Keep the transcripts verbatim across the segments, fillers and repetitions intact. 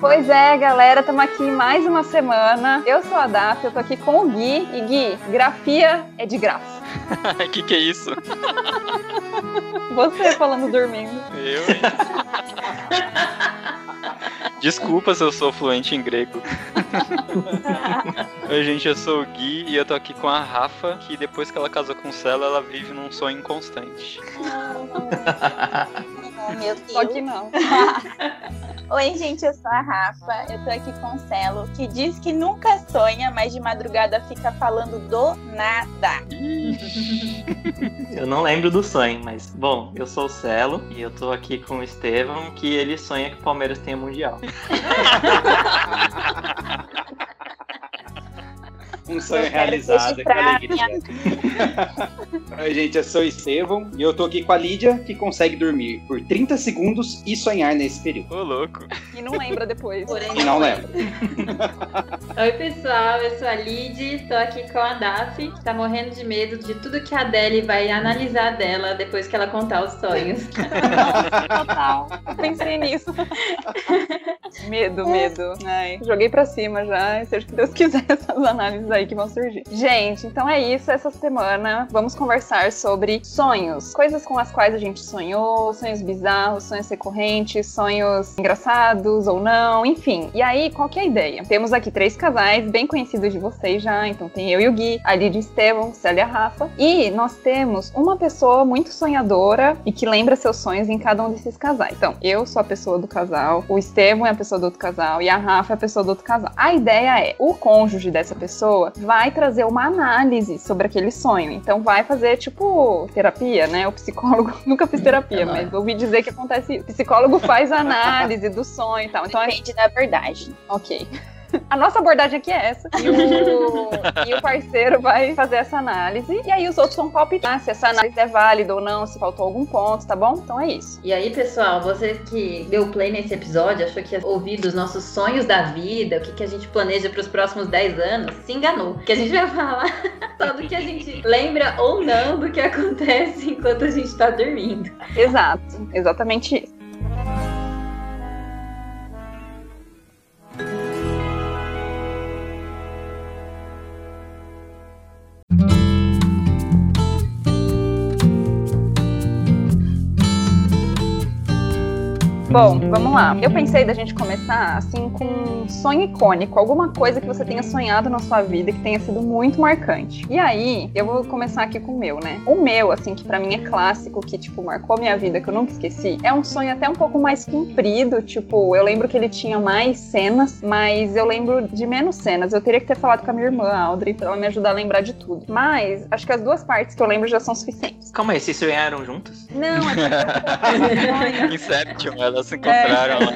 Pois é, galera, estamos aqui mais uma semana. Eu sou a Daf, eu tô aqui com o Gui. E Gui, grafia é de graça. Que que é isso? Você falando dormindo. Eu, hein? Desculpa se eu sou fluente em grego. Oi, gente, eu sou o Gui e eu tô aqui com a Rafa, que depois que ela casou com o Celo, ela vive num sonho inconstante. Meu Deus. Só que não. Oi, gente, eu sou a Rafa, eu tô aqui com o Celo, que diz que nunca sonha, mas de madrugada fica falando do nada. Eu não lembro do sonho, mas, bom, eu sou o Celo e eu tô aqui com o Estevão, que ele sonha que o Palmeiras tenha Mundial. Um sonho realizado, que alegria. Oi, gente, eu sou o Estevão e eu tô aqui com a Lídia, que consegue dormir por trinta segundos e sonhar nesse período. Ô, louco. E não lembra depois. E não lembra. Oi, pessoal, eu sou a Lid, tô aqui com a Daf, que tá morrendo de medo de tudo que a Adele vai analisar dela depois que ela contar os sonhos. Total. Pensei nisso. Medo, medo. Ai, joguei pra cima já, seja o que Deus quiser, essas análises aí que vão surgir. Gente, então é isso, essa semana vamos conversar sobre sonhos, coisas com as quais a gente sonhou, sonhos bizarros, sonhos recorrentes, sonhos engraçados ou não, enfim. E aí, qual que é a ideia? Temos aqui três casais bem conhecidos de vocês já, então tem eu e o Gui, a Lídia e o Estevão, Célia e a Rafa, e nós temos uma pessoa muito sonhadora e que lembra seus sonhos em cada um desses casais. Então, eu sou a pessoa do casal, o Estevão é a pessoa do outro casal e a Rafa é a pessoa do outro casal. A ideia é, o cônjuge dessa pessoa vai trazer uma análise sobre aquele sonho. Então vai fazer, tipo, terapia, né? O psicólogo, nunca fiz terapia, mas ouvi dizer que acontece isso. O psicólogo faz análise do sonho e tal. Então, depende da verdade. Ok. A nossa abordagem aqui é essa. E o, e o parceiro vai fazer essa análise. E aí os outros vão palpitar se essa análise é válida ou não, se faltou algum ponto, tá bom? Então é isso. E aí, pessoal, você que deu play nesse episódio, achou que ia ouvir dos nossos sonhos da vida, o que, que a gente planeja pros próximos dez anos, se enganou. Que a gente vai falar só do que a gente lembra ou não do que acontece enquanto a gente tá dormindo. Exato, exatamente isso. Bom, vamos lá. Eu pensei da gente começar, assim, com um sonho icônico. Alguma coisa que você tenha sonhado na sua vida que tenha sido muito marcante. E aí, eu vou começar aqui com o meu, né? O meu, assim, que pra mim é clássico, que, tipo, marcou minha vida, que eu nunca esqueci, é um sonho até um pouco mais comprido. Tipo, eu lembro que ele tinha mais cenas, mas eu lembro de menos cenas. Eu teria que ter falado com a minha irmã, a Audrey, pra ela me ajudar a lembrar de tudo. Mas, acho que as duas partes que eu lembro já são suficientes. Calma aí, vocês sonharam juntos? Não, é que Inception, elas se encontraram É. lá.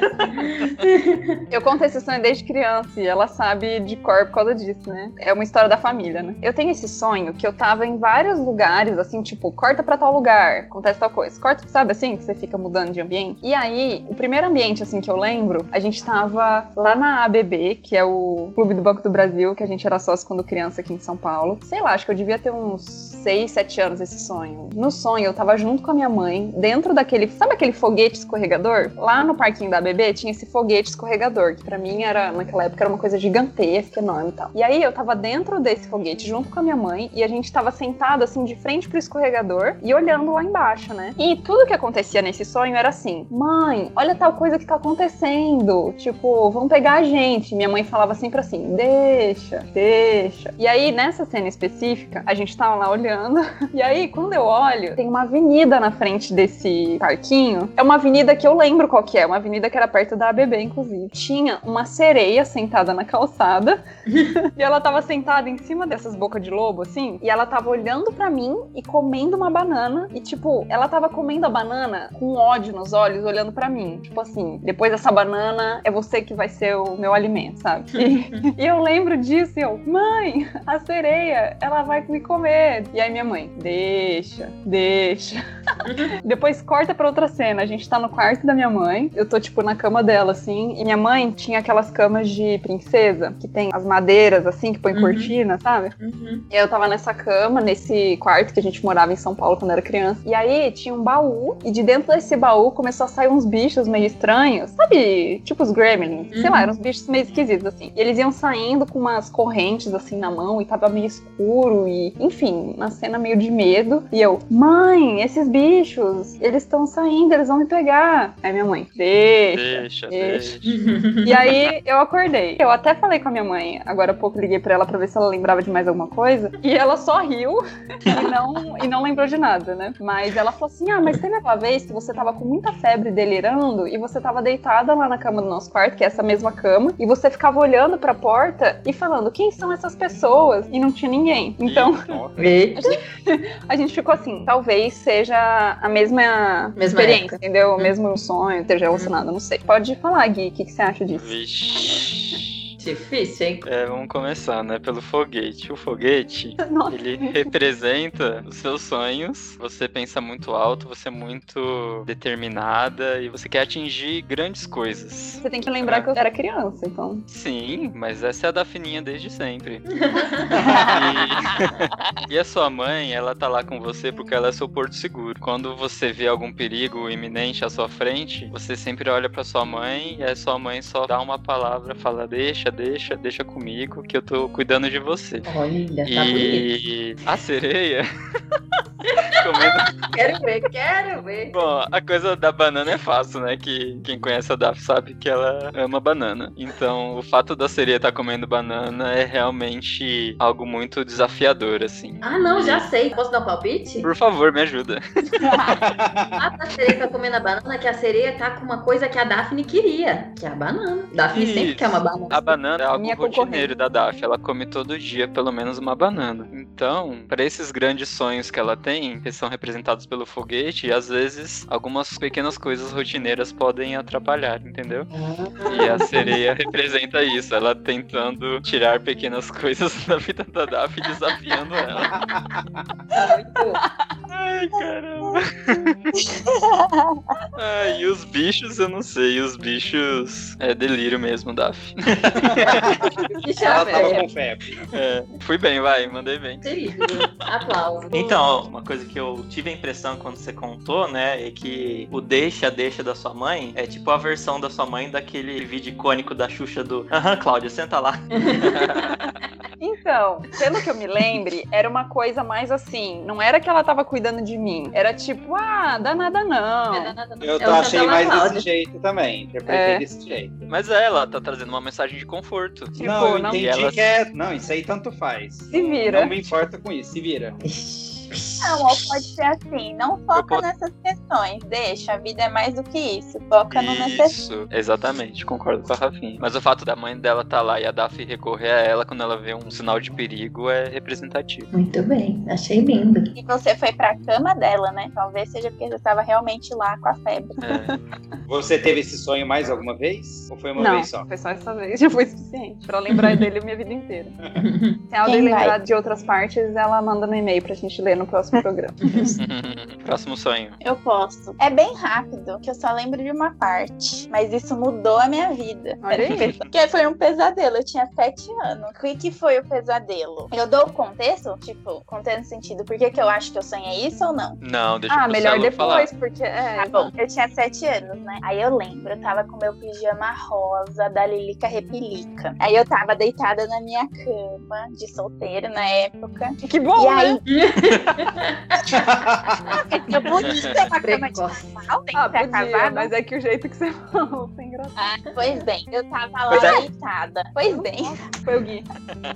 Eu conto esse sonho desde criança e ela sabe de cor por causa disso, né? É uma história da família, né? Eu tenho esse sonho que eu tava em vários lugares, assim, tipo, corta pra tal lugar, acontece tal coisa. Corta, sabe assim, que você fica mudando de ambiente? E aí, o primeiro ambiente, assim, que eu lembro, a gente tava lá na A B B, que é o Clube do Banco do Brasil, que a gente era sócio quando criança aqui em São Paulo. Sei lá, acho que eu devia ter uns seis, sete anos esse sonho. No sonho, eu tava junto com a minha mãe, dentro daquele, sabe aquele foguete escorregador? Lá no parquinho da A B B tinha esse foguete escorregador, que pra mim era, naquela época, era uma coisa gigantesca, enorme e tal. E aí eu tava dentro desse foguete junto com a minha mãe e a gente tava sentado assim de frente pro escorregador e olhando lá embaixo, né? E tudo que acontecia nesse sonho era assim: mãe, olha tal coisa que tá acontecendo, tipo, vão pegar a gente. Minha mãe falava sempre assim: deixa, deixa. E aí nessa cena específica, a gente tava lá olhando e aí quando eu olho, tem uma avenida na frente desse parquinho. É uma avenida que eu lembro qual que é, uma avenida que era perto da A B B, inclusive. Tinha uma sereia sentada na calçada e ela tava sentada em cima dessas bocas de lobo, assim, e ela tava olhando pra mim e comendo uma banana e, tipo, ela tava comendo a banana com ódio nos olhos, olhando pra mim. Tipo assim, depois dessa banana é você que vai ser o meu alimento, sabe? E, e eu lembro disso e eu, mãe, a sereia, ela vai me comer. E aí minha mãe, deixa, deixa. Depois corta pra outra cena, a gente tá no quarto da minha mãe mãe. Eu tô, tipo, na cama dela, assim. E minha mãe tinha aquelas camas de princesa, que tem as madeiras, assim, que põe Uhum. cortina, sabe? Uhum. E eu tava nessa cama, nesse quarto que a gente morava em São Paulo quando era criança. E aí tinha um baú, e de dentro desse baú começou a sair uns bichos meio estranhos. Sabe? Tipo os gremlins. Sei Uhum. lá, eram uns bichos meio esquisitos, assim. E eles iam saindo com umas correntes, assim, na mão, e tava meio escuro, e... Enfim, uma cena meio de medo. E eu, mãe, esses bichos, eles estão saindo, eles vão me pegar. Aí minha mãe, deixa, Deixa, deixa. deixa. E aí eu acordei. Eu até falei com a minha mãe, agora há pouco liguei pra ela pra ver se ela lembrava de mais alguma coisa. E ela só riu e não, e não lembrou de nada, né? Mas ela falou assim: ah, mas tem aquela vez que você tava com muita febre delirando e você tava deitada lá na cama do nosso quarto, que é essa mesma cama, e você ficava olhando pra porta e falando: quem são essas pessoas? E não tinha ninguém. Então, Eita. a gente ficou assim, talvez seja a mesma, Mesma experiência, época. entendeu? O mesmo sonho, esteja relacionado, não sei. Pode falar, Gui, o que, que você acha disso? Vixe. Difícil, hein? É, vamos começar, né? Pelo foguete. O foguete, Nossa. ele representa os seus sonhos. Você pensa muito alto, você é muito determinada e você quer atingir grandes coisas. Você tem que lembrar que eu era criança, então. Sim, mas essa é a Dafininha desde sempre. E... e a sua mãe, ela tá lá com você porque ela é seu porto seguro. Quando você vê algum perigo iminente à sua frente, você sempre olha pra sua mãe e a sua mãe só dá uma palavra, fala: deixa, deixa, deixa comigo que eu tô cuidando de você. Olha, tá bonito. E a sereia comendo... Quero ver, quero ver. Bom, a coisa da banana é fácil, né? Que quem conhece a Daf sabe que ela ama banana. Então, o fato da sereia estar comendo banana é realmente algo muito desafiador, assim. Ah, não, E- já sei. Posso dar um palpite? Por favor, me ajuda. A da sereia tá comendo a banana, que a sereia tá com uma coisa que a Daphne queria, que é a banana. Daphne sempre Isso. quer uma banana. A banana é algo Minha rotineiro da Daf. Ela come todo dia pelo menos uma banana. Então, para esses grandes sonhos que ela tem, que são representados pelo foguete, às vezes algumas pequenas coisas rotineiras podem atrapalhar, entendeu? E a sereia representa isso, ela tentando tirar pequenas coisas da vida da Daphne, desafiando ela. Tá muito. Ai, caramba. Ai, e os bichos, eu não sei. Os bichos é delírio mesmo, Daf. Deixa Ela eu tava ver. com febre. É, fui bem, vai, mandei bem. Querido, aplauso. Então, uma coisa que eu tive a impressão quando você contou, né, é que o deixa, deixa da sua mãe é tipo a versão da sua mãe daquele vídeo icônico da Xuxa do aham, Cláudia, senta lá. Então, pelo que eu me lembre, era uma coisa mais assim, não era que ela tava cuidando de mim, era tipo, ah, dá nada não. Eu É tô o achei Santa mais Cláudia. desse jeito também. Interpretei É. desse jeito. Mas é, ela tá trazendo uma mensagem de conforto. Tipo, não, eu não- entendi E ela- que é. Não, isso aí tanto faz. Se vira. Não me importa com isso, se vira. Não, ou pode ser assim, não foca posso- nessas questões, deixa, a vida é mais do que isso, foca no necessário. Isso, exatamente, concordo com a Rafinha. Mas o fato da mãe dela tá lá e a Daphne recorrer a ela quando ela vê um sinal de perigo é representativo. Muito bem, achei lindo. E você foi pra cama dela, né? Talvez seja porque você tava realmente lá com a febre. É. Você teve esse sonho mais alguma vez? Ou foi uma Não, vez só? foi só essa vez, já foi suficiente pra lembrar dele a minha vida inteira. Se ela Quem lembrar vai? de outras partes, ela manda no e-mail pra gente ler no próximo programa. Próximo sonho. Eu posso. É bem rápido, que eu só lembro de uma parte. Mas isso mudou a minha vida. Olha aí. Porque foi um pesadelo. Eu tinha sete anos. O que, que foi o pesadelo? Eu dou o contexto? Tipo, contexto no sentido, por que, que eu acho que eu sonhei isso ou não? Não, deixa Ah, pro melhor Celo depois, falar. porque é. Tá bom, eu tinha sete anos, né? Aí eu lembro, eu tava com meu pijama rosa da Lilica Repelica. Aí eu tava deitada na minha cama, de solteira na época. Que bom, E aí, né? eu podia ter uma cama de Precoce. casal, tem Ah, que ser podia, casado. mas é que o jeito que você falou foi engraçado. Ah, pois bem, eu tava lá Pois é. deitada. Pois bem, Foi o Gui.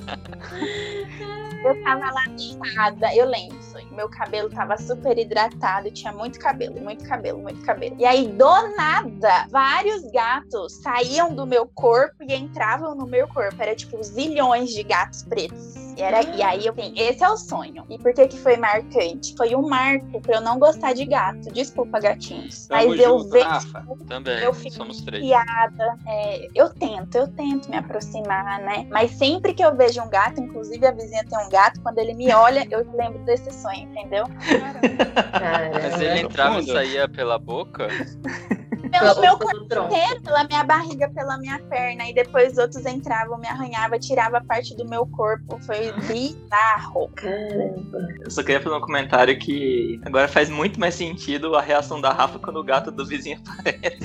eu tava lá deitada, eu lembro isso aí. Meu cabelo tava super hidratado, tinha muito cabelo, muito cabelo, muito cabelo. E aí, do nada, vários gatos saíam do meu corpo e entravam no meu corpo. Era tipo zilhões de gatos pretos. E, era, e aí, eu pensei, esse é o sonho. E por que que foi marcante? Foi um marco pra eu não gostar de gato. Desculpa, gatinhos. Tamo Mas eu junto, vejo Rafa. Também, Eu fico somos três. piada. É, eu tento, eu tento me aproximar, né? Mas sempre que eu vejo um gato, inclusive a vizinha tem um gato, quando ele me olha, eu lembro desse sonho, entendeu? Mas Caramba. ele entrava e Profundo. saía pela boca? pelo Pelo- meu pelo corpo tronco. inteiro, pela minha barriga, pela minha perna. E depois outros entravam, me arranhavam, tirava parte do meu corpo. Foi bizarro. Caramba. Eu só queria fazer um comentário que agora faz muito mais sentido a reação da Rafa quando o gato do vizinho aparece.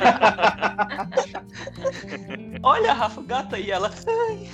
Olha, Rafa, o gato aí, ela. Ai.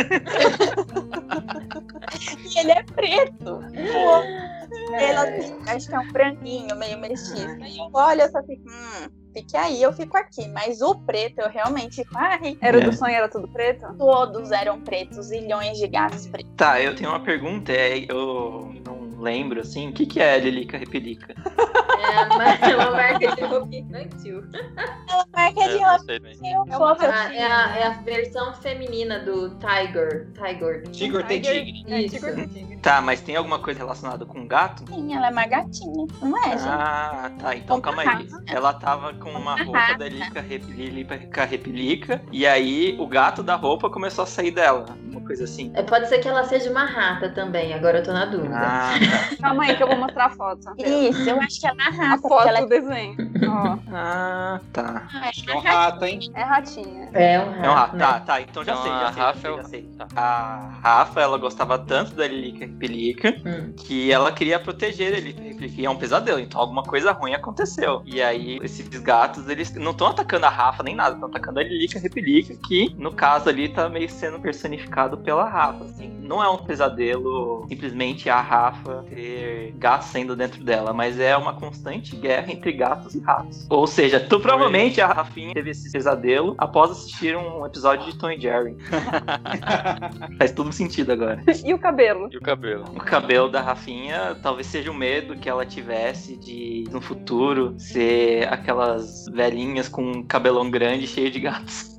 E ele é preto. Ele, assim, acho que é um branquinho, meio mestiço. Aí eu olho, eu só fico, hum, fique aí, eu fico aqui. Mas o preto, eu realmente fico, ai, Era É. do sonho, era tudo preto? todos eram pretos, zilhões de gatos pretos. Tá, eu tenho uma pergunta, é, eu não lembro, assim, o que, que é Lilica Repelica? É a mar- é uma marca de roupa infantil. Ela marca É, de não roupa sei bem. eu fofa. Ah, é, a, é a versão feminina do Tiger. Tiger. Tigre tem tigre. É, Isso. Tigre tem tigre. Tá, mas tem alguma coisa relacionada com gato? Sim, ela é uma gatinha, não é, gente? Ah, tá. Então Uma calma aí. raça. Ela tava com uma Uma roupa raça. da Lilica Rep- Lilica Repelica, e aí o gato da roupa começou a sair dela. Uma coisa assim. É, pode ser que ela seja uma rata também, agora eu tô na dúvida. Ah, tá. Calma aí que eu vou mostrar a foto. Isso, eu acho que ela é uma A raça, porque foto ela do desenho. Ó, Ah, tá. é É um rato, hein? é ratinha. É um É um rato, rato. né? Tá, tá. Então já Então sei, a já sei, Rafa já sei, é o- já sei. tá. A Rafa, ela gostava tanto da Lilica Repelica Hum. que ela queria proteger a Lilica Repelica. E é um pesadelo, então alguma coisa ruim aconteceu. E aí, esses gatos, eles não estão atacando a Rafa nem nada, estão atacando a Lilica Repelica, que no caso ali tá meio sendo personificado pela Rafa. Assim. Não é um pesadelo simplesmente a Rafa ter gatos saindo dentro dela, mas é uma constante guerra entre gatos e ratos. Ou seja, tu provavelmente a Rafinha teve esse pesadelo após assistir um episódio de Tom e Jerry. Faz todo sentido agora. E o cabelo? E o cabelo? O cabelo da Rafinha talvez seja o medo que ela tivesse de, no futuro, ser aquelas velhinhas com um cabelão grande cheio de gatos.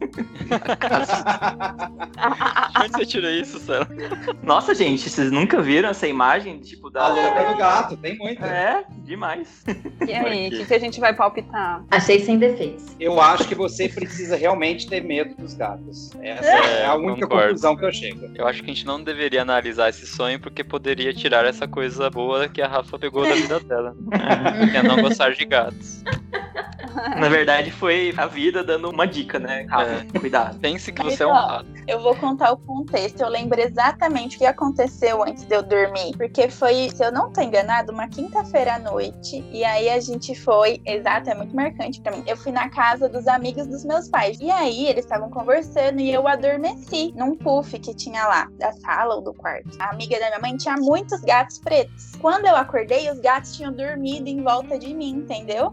Onde você tirou isso, Céu? Nossa, gente, vocês nunca viram essa imagem? Tipo, A da. louca do gato, tem muita. É, demais. E aí, o Por quê? que, que a gente vai palpitar? Achei sem defeitos. Eu acho que você precisa realmente ter medo dos gatos. Essa é, É, a única concordo. conclusão que eu chego. Eu acho que a gente não deveria analisar esse sonho porque poderia tirar essa coisa boa que a Rafa pegou da vida dela. Que é não gostar de gatos. Na verdade, foi a vida dando uma dica, né? Rafa, cuidado. Pense que Mas, você é um ó, rato. Eu vou contar o contexto. Eu lembro exatamente o que aconteceu antes de eu dormir. Porque foi, se eu não tô enganado, uma quinta-feira à noite. E aí a gente foi, exato, é muito marcante pra mim. Eu fui na casa dos amigos dos meus pais. E aí eles estavam conversando e eu adormeci num puff que tinha lá, da sala ou do quarto. A amiga da minha mãe tinha muitos gatos pretos. Quando eu acordei, os gatos tinham dormido em volta de mim, entendeu?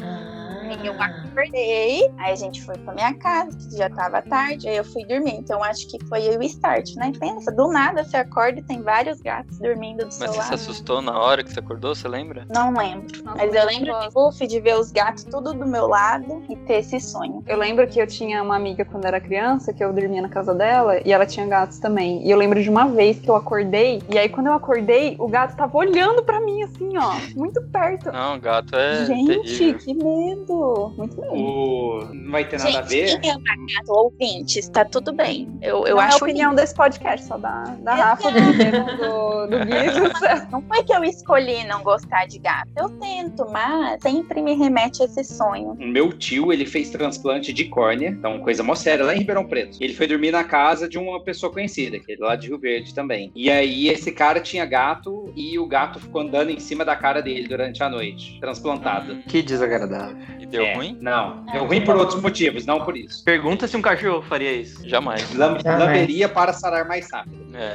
Aí eu acordei, aí a gente foi pra minha casa, que já tava tarde, aí eu fui dormir. Então acho que foi o start, né? Pensa, do nada você acorda e tem vários gatos dormindo do Mas seu você se lado. assustou na hora que você acordou, você lembra? Não lembro. Nossa, Mas eu muito lembro de gostoso. uff, de ver os gatos tudo do meu lado e ter esse sonho. Eu lembro que eu tinha uma amiga quando era criança, que eu dormia na casa dela, e ela tinha gatos também. E eu lembro de uma vez que eu acordei, e aí quando eu acordei, o gato tava olhando pra mim, assim, ó, muito perto. Não, gato é Gente, terrível. que medo! Muito medo. O... Não vai ter nada a ver. Gente, quem ama gato, ouvintes, tá tudo bem. Eu, eu Não acho é a opinião desse podcast, só da, da Rafa, do Estevam, do, do Gui e do Céu. Não foi que eu escolhi não gostar de gato. Eu tento, mas sempre me remete a esse sonho. O meu tio, ele fez transplante de córnea, então coisa mó séria, lá em Ribeirão Preto. Ele foi dormir na casa de uma pessoa conhecida, que é lá de Rio Verde também. E aí esse cara tinha gato e o gato ficou andando em cima da cara dele durante a noite, transplantado. Que desagradável. E deu É, ruim? Não, deu ruim por outros motivos, não por isso. Pergunta se um cachorro faria isso. Jamais. Lam- Jamais. Lamberia para sarar mais rápido. É.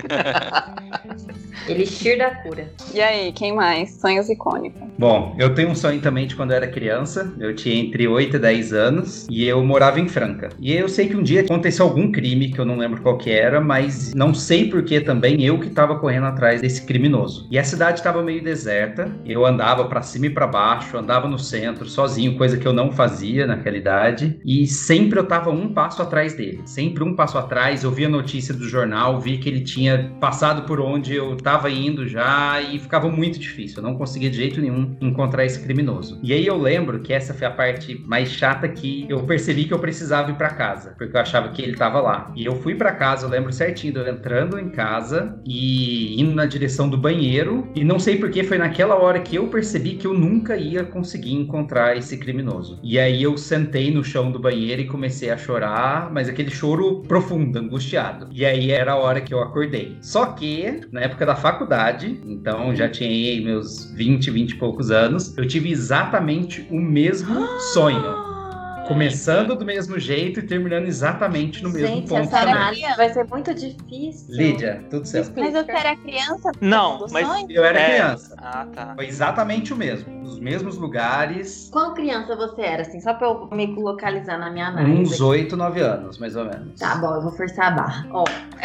Elixir da cura. E aí, quem mais? Sonhos icônicos. Bom, eu tenho um sonho também de quando eu era criança. Eu tinha entre oito e dez anos e eu morava em Franca. E eu sei que um dia aconteceu algum crime, que eu não lembro qual que era, mas não sei por que também eu que estava correndo atrás desse criminoso. E a cidade estava meio deserta. Eu andava para cima e para baixo, andava no centro sozinho, coisa que eu não fazia naquela idade. E sempre eu estava um passo atrás dele. Sempre um passo atrás. Eu vi a notícia do jornal, vi que ele tinha passado por onde eu estava tava indo já e ficava muito difícil. Eu não conseguia de jeito nenhum encontrar esse criminoso. E aí eu lembro que essa foi a parte mais chata que eu percebi que eu precisava ir pra casa, porque eu achava que ele tava lá. E eu fui pra casa, eu lembro certinho de eu entrando em casa e indo na direção do banheiro, e não sei porque foi naquela hora que eu percebi que eu nunca ia conseguir encontrar esse criminoso. E aí eu sentei no chão do banheiro e comecei a chorar, mas aquele choro profundo, angustiado. E aí era a hora que eu acordei. Só que, na época da faculdade, então já tinha aí meus vinte, vinte e poucos anos, eu tive exatamente o mesmo sonho. Começando do mesmo jeito e terminando exatamente no mesmo Gente, ponto essa também. análise vai ser muito difícil. Lídia, tudo certo. Mas você era criança? Não, do mas- sonho? Eu era É. criança. Ah, tá. Foi exatamente o mesmo. Os mesmos lugares. Qual criança você era, assim? Só pra eu me localizar na minha análise. Uns oito, nove anos, mais ou menos. Tá bom, eu vou forçar a barra. Ó.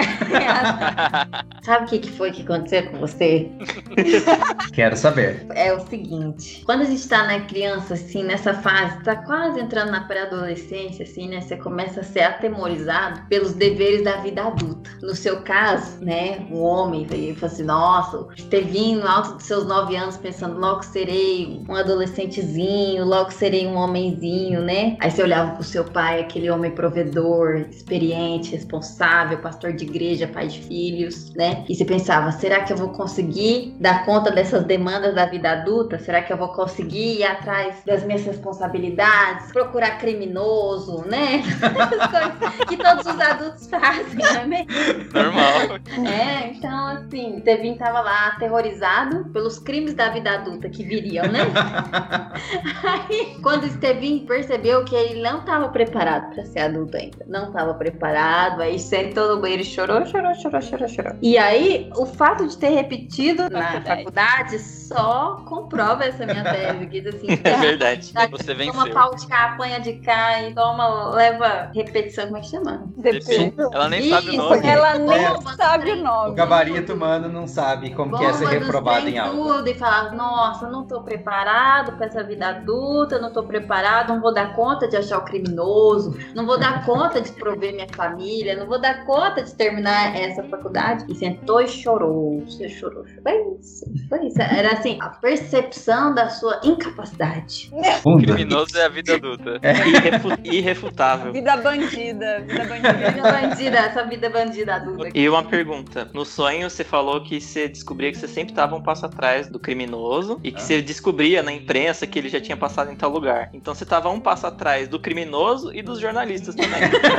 Sabe o que, que foi que aconteceu com você? Quero saber. É o seguinte, quando a gente tá na criança, assim, nessa fase, tá quase entrando na pré-adolescência, assim, né? Você começa a ser atemorizado pelos deveres da vida adulta. No seu caso, né? Um homem, ele fala assim, nossa, Estevinho, no alto dos seus nove anos, pensando, logo serei um adolescentezinho, logo serei um homenzinho, né? Aí você olhava pro seu pai, aquele homem provedor, experiente, responsável, pastor de igreja, pai de filhos, né? E você pensava, será que eu vou conseguir dar conta dessas demandas da vida adulta? Será que eu vou conseguir ir atrás das minhas responsabilidades? Procurar criminoso, né? Essas coisas que todos os adultos fazem, não é mesmo? Normal. É, então assim, Estevinho tava lá aterrorizado pelos crimes da vida adulta que viriam, né? Aí, quando o Estevinho percebeu que ele não tava preparado pra ser adulto ainda, não tava preparado, aí sentou no banheiro e chorou, chorou, chorou, chorou, chorou. E aí, o fato de ter repetido na faculdade só comprova essa minha tese, que diz assim, É verdade. Você toma venceu. pau de cá, apanha de cá e toma, leva repetição, como é que chama? Depende. Ela nem sabe o Isso, nome. Ela nem É. sabe o O nome. gabarito humano não sabe como que é ser Bomba dos reprovado em trem algo. tudo e falar, nossa, não tô preparado pra essa vida adulta, não tô preparado, não vou dar conta de achar o criminoso, não vou dar conta de prover minha família, não vou dar conta de terminar essa faculdade. E sentou e chorou, você chorou, chorou. Foi isso, foi isso. Era assim, a percepção da sua incapacidade. Fundo. Criminoso é a vida adulta. Irrefu- Irrefutável. Vida bandida, vida bandida. Vida bandida, essa vida bandida adulta. E uma pergunta. No sonho, você falou que você descobria que você sempre estava um passo atrás do criminoso e que Ah. você descobria na imprensa que ele já tinha passado em tal lugar. Então você estava um passo atrás do criminoso e dos jornalistas também.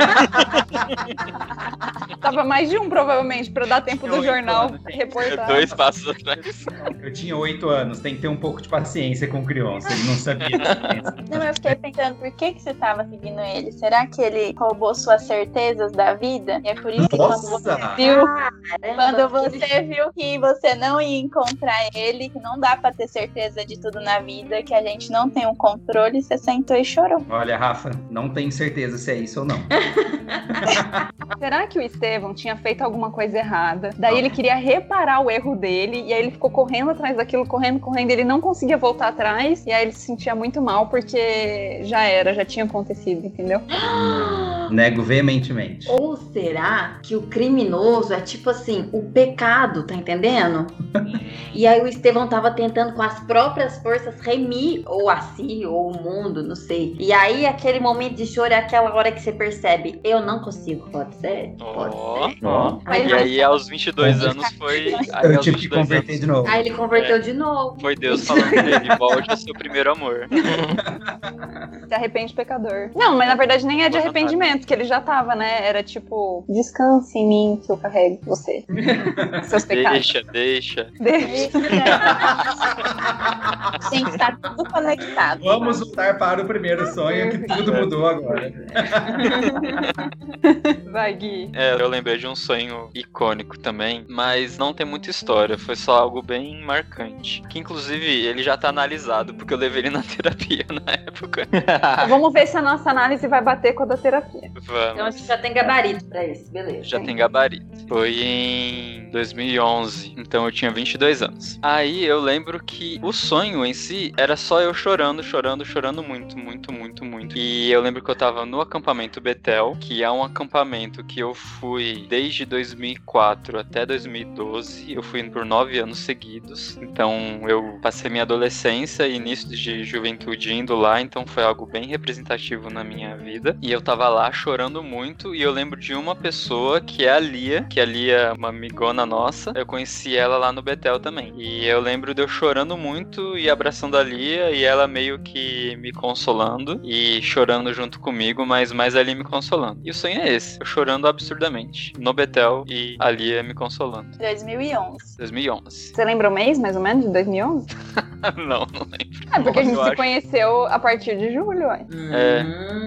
Tava mais de um, provavelmente, pra dar tempo do Oito jornal anos. reportar. Dois passos atrás. Eu tinha oito anos, tem que ter um pouco de paciência com criança. Ele não sabia. Não, eu fiquei pensando, por que, que você tava seguindo ele? Será que ele roubou suas certezas da vida? E é por isso que quando você Nossa! viu, Caramba, quando você viu que você não ia encontrar ele, que não dá pra ter certeza de tudo na vida, que a gente não tem um controle, você sentou e chorou. Olha, Rafa, não tenho certeza se é isso ou não. Será que o Estevão tinha feito alguma coisa errada? Daí ele queria reparar o erro dele, e aí ele ficou correndo atrás daquilo, correndo, correndo, ele não conseguia voltar atrás, e aí ele se sentia muito mal porque já era, já tinha acontecido, entendeu? Nego veementemente. Ou será que o criminoso é tipo assim, o pecado, tá entendendo? E aí o Estevão tava tentando com as próprias forças remir ou a si, ou o mundo, não sei. E aí aquele momento de choro é aquela hora que você percebe, eu não consigo, pode ser? Pode Ó. ser. Ó, Aí, E aí, aos vinte e dois anos, foi. Aí, eu aos tive vinte que e dois converter anos, de novo. aí ele converteu de novo. Foi Deus falando dele, volte ao seu primeiro amor. Se arrepende, pecador. Não, mas na verdade nem é de arrependimento, que ele já tava, né? Era tipo, descanse em mim que eu carrego você. Seus pecados. Deixa, deixa. Deixa. Gente, tá tudo conectado. Vamos voltar para o primeiro sonho, que tudo mudou agora. Vai, Gui. É, eu lembrei de um sonho icônico também, mas não tem muita história, foi só algo bem marcante. Que inclusive ele já tá analisado, porque eu levei ele na terapia na época. Vamos ver se a nossa análise vai bater com a da terapia. Então a Vamos. gente já tem gabarito. pra isso, beleza. Já tem gabarito. Foi em dois mil e onze, então eu tinha vinte e dois anos. Aí eu lembro que o sonho em si era só eu chorando, chorando, chorando muito, muito, muito, muito. E eu lembro que eu tava no acampamento Betel, que é um acampamento que eu fui desde dois mil e quatro até dois mil e doze. Eu fui por nove anos seguidos. Então eu passei minha adolescência e início de juventude indo lá, então foi algo bem representativo na minha vida. E eu tava lá chorando muito, e eu lembro de uma pessoa que é a Lia, que a Lia é uma amigona nossa. Eu conheci ela lá no Betel também. E eu lembro de eu chorando muito e abraçando a Lia, e ela meio que me consolando e chorando junto comigo, mas mais a Lia me consolando. E o sonho é esse, eu chorando absurdamente no Betel e a Lia me consolando. dois mil e onze. dois mil e onze. Você lembra o mês, mais ou menos, de dois mil e onze? Não, não lembro. É, porque a gente Eu se acho. conheceu a partir de julho, ué. É.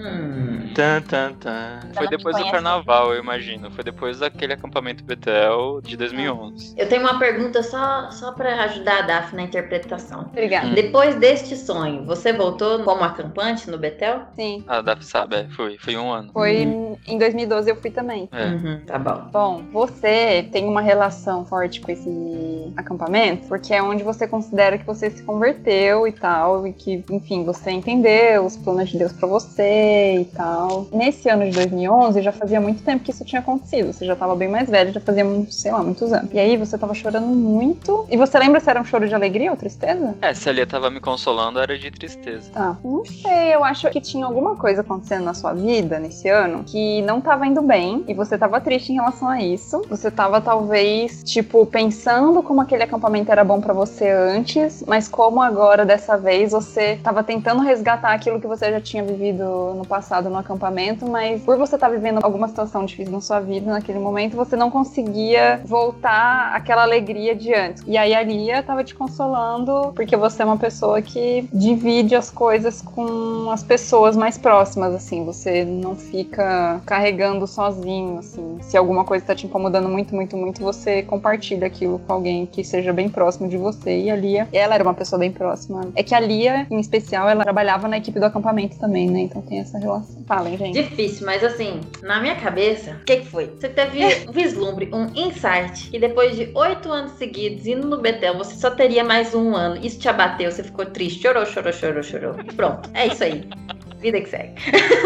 Hum. Tan, tan, tan. Foi Ela me depois do conhece. carnaval, eu imagino. Foi depois daquele acampamento Betel de dois mil e onze. Eu tenho uma pergunta só, só pra ajudar a Daf na interpretação. Obrigada. Depois deste sonho, você voltou como acampante no Betel? Sim. Ah, dá pra saber, é, foi, foi um ano. Foi em dois mil e doze eu fui também. É. Uhum, tá bom. Bom, você tem uma relação forte com esse acampamento, porque é onde você considera que você se converteu e tal, e que, enfim, você entendeu os planos de Deus pra você e tal. Nesse ano de dois mil e onze, já fazia muito tempo que isso tinha acontecido. Você já tava bem mais velho, já fazia, sei lá, muitos anos. E aí você tava chorando muito. E você lembra se era um choro de alegria ou tristeza? É, se a Lia tava me consolando, era de tristeza. Tá. Não sei, eu acho que tinha alguma coisa acontecendo na sua vida nesse ano que não tava indo bem e você tava triste em relação a isso. Você tava talvez, tipo, pensando como aquele acampamento era bom pra você antes, mas como agora, dessa vez, você tava tentando resgatar aquilo que você já tinha vivido no passado no acampamento, mas por você estar vivendo alguma situação difícil na sua vida naquele momento, você não conseguia voltar àquela alegria de antes. E aí a Lia tava te consolando, porque você é uma pessoa que divide as coisas com as pessoas mais próximas, assim, você não fica carregando sozinho, assim. Se alguma coisa tá te incomodando muito, muito, muito, você compartilha aquilo com alguém que seja bem próximo de você. E a Lia, ela era uma pessoa bem próxima. É que a Lia, em especial, ela trabalhava na equipe do acampamento também, né? Então tem essa relação. Falem, gente. Difícil, mas assim, na minha cabeça, o que, que foi? Você teve um vislumbre, um insight, que depois de oito anos seguidos indo no Betel, você só teria mais um ano. Isso te abateu, você ficou triste, chorou, chorou, chorou, chorou. Pronto, é isso aí. Vida que segue.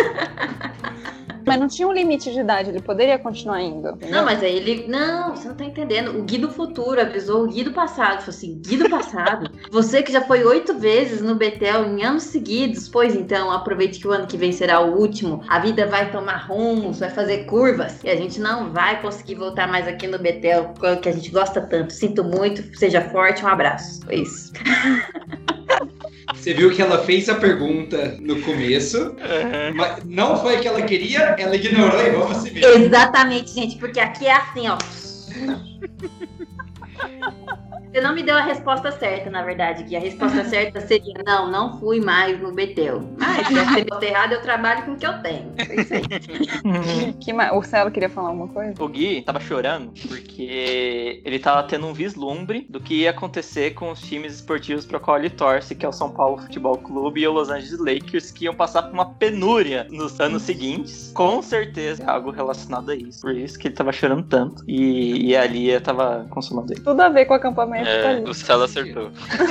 Mas não tinha um limite de idade, ele poderia continuar indo. Entendeu? Não, mas aí ele... Não, você não tá entendendo. O Gui do futuro avisou o Gui do passado. Falou assim, Gui do passado, você que já foi oito vezes no Betel em anos seguidos, pois então, aproveite que o ano que vem será o último. A vida vai tomar rumos, vai fazer curvas. E a gente não vai conseguir voltar mais aqui no Betel, que a gente gosta tanto. Sinto muito, seja forte, um abraço. Foi isso. Você viu que ela fez a pergunta no começo, mas não foi a que ela queria, ela ignorou e vamos assim mesmo. Exatamente, gente, porque aqui é assim, ó. Você não me deu a resposta certa, na verdade, que a resposta certa seria não, não fui mais no Betel. Mas se você botou errado, eu trabalho com o que eu tenho. É isso aí. Que ma... O Celo queria falar alguma coisa? O Gui tava chorando porque ele tava tendo um vislumbre do que ia acontecer com os times esportivos para qual ele torce, que é o São Paulo Futebol Clube e o Los Angeles Lakers, que iam passar por uma penúria nos anos seguintes. Com certeza é algo relacionado a isso. Por isso que ele tava chorando tanto. E, e a Lia tava consolando ele. Tudo a ver com o acampamento. Tá É, ali. o Celo acertou.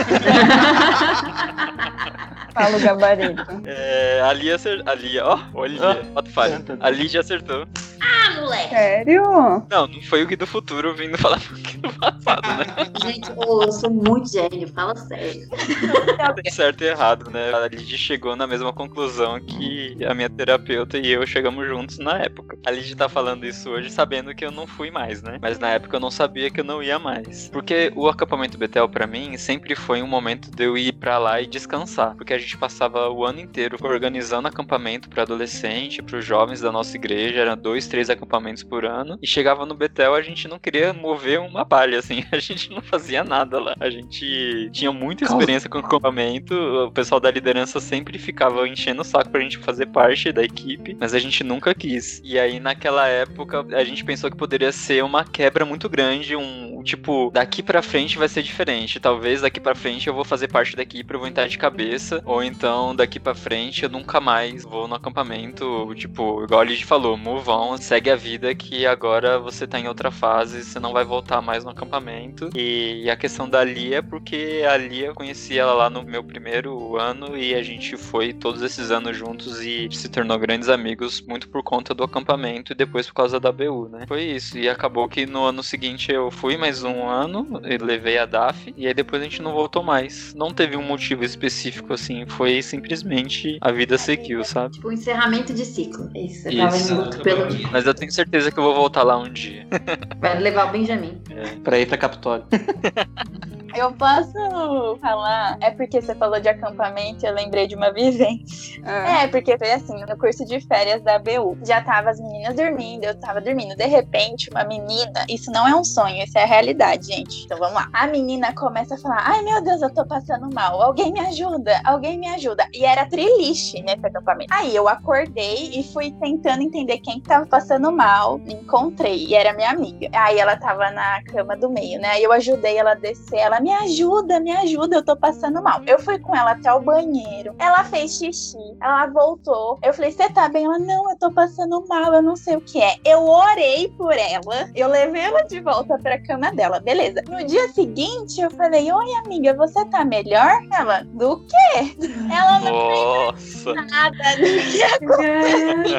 Fala o gabarito. É, a Lia acertou. A Lia, ó, olha, Ah. bota falha. A Lia acertou. Ah, moleque! Sério? Não, não foi o Gui do futuro vindo falar do passado, né? Gente, ô, eu sou muito gênio, fala sério. Tem certo e errado, né? A Lidy chegou na mesma conclusão que a minha terapeuta e eu chegamos juntos na época. A Lidy tá falando isso hoje sabendo que eu não fui mais, né? Mas na época eu não sabia que eu não ia mais. Porque o acampamento Betel, pra mim, sempre foi um momento de eu ir pra lá e descansar. Porque a gente passava o ano inteiro organizando acampamento pra adolescente, pros jovens da nossa igreja. Eram dois, três acampamentos por ano. E chegava no Betel, a gente não queria mover uma palha, assim. A gente não fazia nada lá. A gente tinha muita experiência com acampamento. O pessoal da liderança sempre ficava enchendo o saco pra gente fazer parte da equipe, mas a gente nunca quis. E aí, naquela época, a gente pensou que poderia ser uma quebra muito grande, um eu, tipo, daqui pra frente vai ser diferente. Talvez daqui pra frente eu vou fazer parte da equipe, eu vou entrar de cabeça. Ou então, daqui pra frente, eu nunca mais vou no acampamento. Tipo, igual a Lidy falou, move on, segue a vida que agora você tá em outra fase, você não vai voltar mais no acampamento. E, e a questão da Lia é porque a Lia, eu conheci ela lá no meu primeiro ano e a gente foi todos esses anos juntos e se tornou grandes amigos muito por conta do acampamento e depois por causa da B U, né? Foi isso. E acabou que no ano seguinte eu fui mais um ano, e levei a D A F e aí depois a gente não voltou mais. Não teve um motivo específico assim, foi simplesmente a vida seguiu, sabe? Tipo, um encerramento de ciclo. Isso, eu Isso. tava em luto pelo... Mas eu tenho certeza que eu vou voltar lá um dia. Vai levar o Benjamin. É. Pra ir pra Capitólio. Eu posso falar? É porque você falou de acampamento e eu lembrei de uma vivência. É. É, porque foi assim, no curso de férias da B U. Já tava as meninas dormindo, eu tava dormindo. De repente, uma menina, isso não é um sonho, isso é a realidade, gente. Então vamos lá. A menina começa a falar, ai meu Deus, eu tô passando mal. Alguém me ajuda, alguém me ajuda. E era triliche nesse acampamento. Aí eu acordei e fui tentando entender quem que tava passando mal. Encontrei, e era minha amiga. Aí ela tava na cama do meio, né? Aí eu ajudei ela a descer, ela me ajuda, me ajuda, eu tô passando mal. Eu fui com ela até o banheiro, ela fez xixi, ela voltou, eu falei, você tá bem? Ela, não, eu tô passando mal, eu não sei o que é. Eu orei por ela, eu levei ela de volta pra cama dela, beleza. No dia seguinte, eu falei, oi amiga, você tá melhor? Ela, do quê? Ela não Nossa! nada do que aconteceu.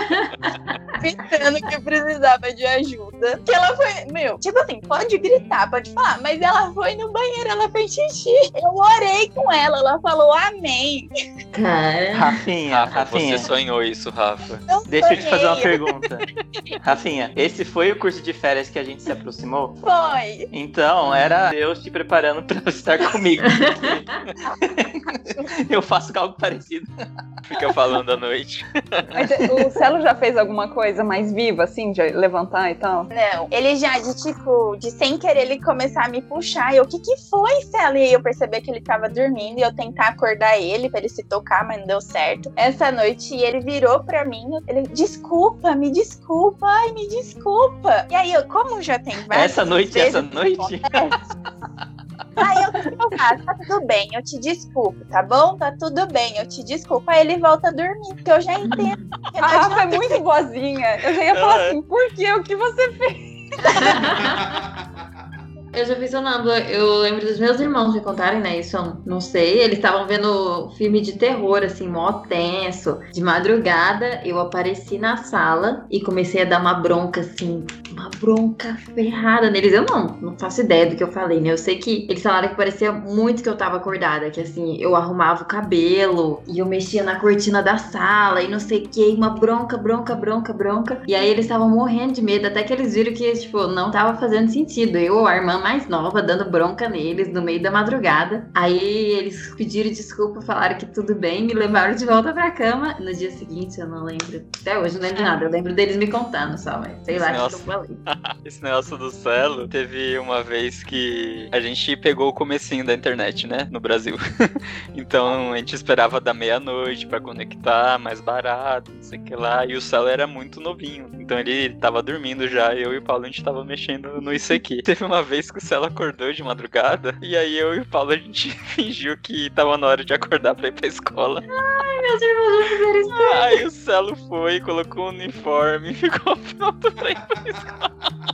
Gritando que precisava de ajuda. Que ela foi, meu, tipo assim, pode gritar, pode falar, mas ela foi no banheiro, ela fez xixi. Eu orei com ela, ela falou amém. Cara. Rafinha, Rafa, Rafinha. você sonhou isso, Rafa. Eu Deixa eu te fazer uma sonhei. pergunta. Rafinha, esse foi o curso de férias que a gente se aproximou? Foi. Então, era Deus te preparando pra estar comigo. Eu faço algo parecido. Fica falando à noite. Mas o Celo já fez alguma coisa mais viva, assim, de levantar e tal? Não, ele já de tipo, de sem querer ele começar a me puxar. E eu, o que que foi, Celo? E aí eu percebi que ele tava dormindo e eu tentar acordar ele pra ele se tocar, mas não deu certo. Essa noite ele virou pra mim, ele, desculpa, me desculpa, ai, me desculpa. E aí eu, como já tem várias Essa noite, vezes essa que noite? Aí eu, eu faço, tá tudo bem, eu te desculpo, tá bom? Tá tudo bem, eu te desculpo. Aí ele volta a dormir, porque eu já entendo. A Rafa é muito boazinha. Eu já ia falar assim, por quê? O que você fez? Eu já vi sonâmbula, eu lembro dos meus irmãos me contarem, né? Isso eu não sei. Eles estavam vendo filme de terror, assim, mó tenso. De madrugada, eu apareci na sala e comecei a dar uma bronca, assim, uma bronca ferrada neles. Eu não, não faço ideia do que eu falei, né? Eu sei que eles falaram que parecia muito que eu tava acordada, que assim, eu arrumava o cabelo e eu mexia na cortina da sala e não sei o que, uma bronca, bronca, bronca, bronca. E aí eles estavam morrendo de medo, até que eles viram que, tipo, não tava fazendo sentido. Eu, a irmã mais nova, dando bronca neles no meio da madrugada. Aí eles pediram desculpa, falaram que tudo bem, me levaram de volta pra cama. No dia seguinte, eu não lembro. Até hoje eu não lembro de nada. Eu lembro deles me contando só, mas sei lá o que eu falei. Esse negócio do Celo, teve uma vez que a gente pegou o comecinho da internet, né, no Brasil. Então a gente esperava da meia-noite pra conectar, mais barato, não sei o que lá. E o Celo era muito novinho, então ele tava dormindo já. Eu e o Paulo, a gente tava mexendo no isso aqui. Teve uma vez que o Celo acordou de madrugada, e aí eu e o Paulo, a gente fingiu que tava na hora de acordar pra ir pra escola. Ai, meus irmãos já fizeram isso. Aí o Celo foi, colocou o uniforme e ficou pronto pra ir pra escola.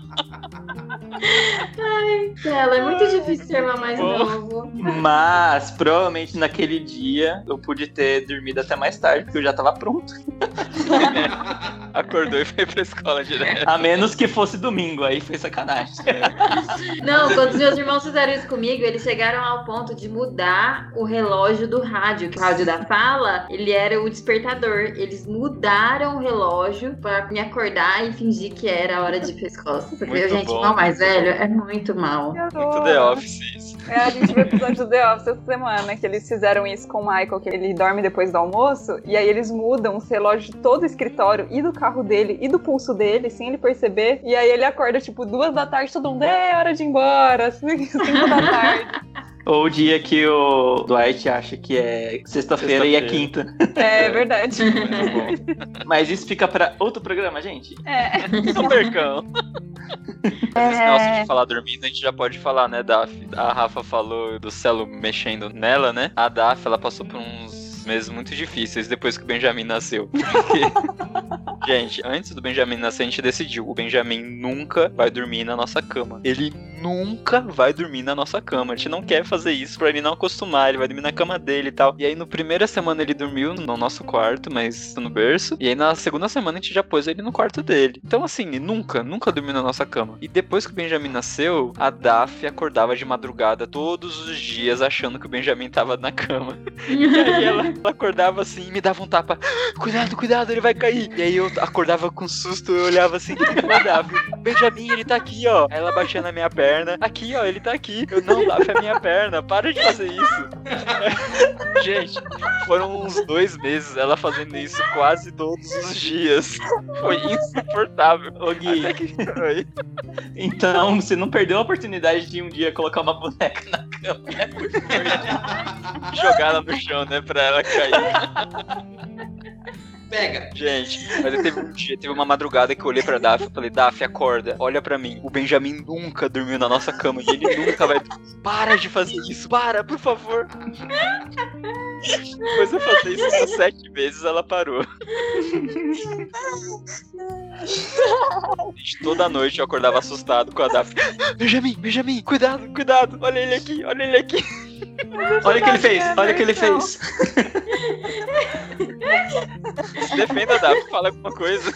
Ai, Cela, é muito difícil ser irmão mais Bom. novo. Mas, provavelmente naquele dia, eu pude ter dormido até mais tarde, porque eu já tava pronto. Acordou e foi pra escola direto. A menos que fosse domingo, aí foi sacanagem. Não, quando os meus irmãos fizeram isso comigo, eles chegaram ao ponto de mudar o relógio do rádio. Que o rádio da fala, ele era o despertador. Eles mudaram o relógio pra me acordar e fingir que era a hora de ir pra escola. Porque, Muito gente, bom. irmão mais velho é muito mal. Muito The Office isso. É, a gente viu o episódio do The Office essa semana, que eles fizeram isso com o Michael, que ele dorme depois do almoço, e aí eles mudam os relógios de todo o escritório, e do carro dele, e do pulso dele, sem ele perceber, e aí ele acorda, tipo, duas da tarde, todo mundo, é hora de ir embora, cinco da tarde. Ou o dia que o Dwight acha que é sexta-feira e é quinta. É verdade. Muito bom. Mas isso fica pra outro programa, gente. É. Não percam. Mas esse negócio de falar dormindo, a gente já pode falar, né, Daf? A Rafa falou do Celo mexendo nela, né? A Daf, ela passou por uns meses muito difíceis depois que o Benjamin nasceu. Porque, gente, antes do Benjamin nascer, a gente decidiu, o Benjamin nunca vai dormir na nossa cama. Ele nunca vai dormir na nossa cama. A gente não quer fazer isso pra ele não acostumar, ele vai dormir na cama dele e tal. E aí, no primeira semana ele dormiu no nosso quarto, mas no berço. E aí, na segunda semana, a gente já pôs ele no quarto dele. Então, assim, nunca, nunca dormiu na nossa cama. E depois que o Benjamin nasceu, a Daf acordava de madrugada todos os dias achando que o Benjamin tava na cama. E aí ela Ela acordava assim e me dava um tapa. Cuidado, cuidado, ele vai cair. E aí eu acordava com susto, eu olhava assim, acordava. Benjamin, ele tá aqui, ó. Aí ela batia na minha perna. Aqui, ó, ele tá aqui. Eu, não, Daf, é minha perna. Para de fazer isso. Gente, foram uns dois meses ela fazendo isso quase todos os dias. Foi insuportável. Ô, Gui, Até que... Oi. então você não perdeu a oportunidade de um dia colocar uma boneca na cama, né? Jogar ela no chão, né, pra ela cair. Pega. Gente, mas eu teve um dia, teve uma madrugada que eu olhei pra Daf e falei, Daf, acorda, olha pra mim. O Benjamin nunca dormiu na nossa cama e ele nunca vai... Para de fazer isso, para, por favor. Depois eu fazer isso por sete vezes, ela parou. Gente, toda noite eu acordava assustado com a Daf. Benjamin, Benjamin, cuidado, cuidado, olha ele aqui, olha ele aqui. Olha o que ele fez, olha o que ele fez. Se defenda, Daf, fala alguma coisa.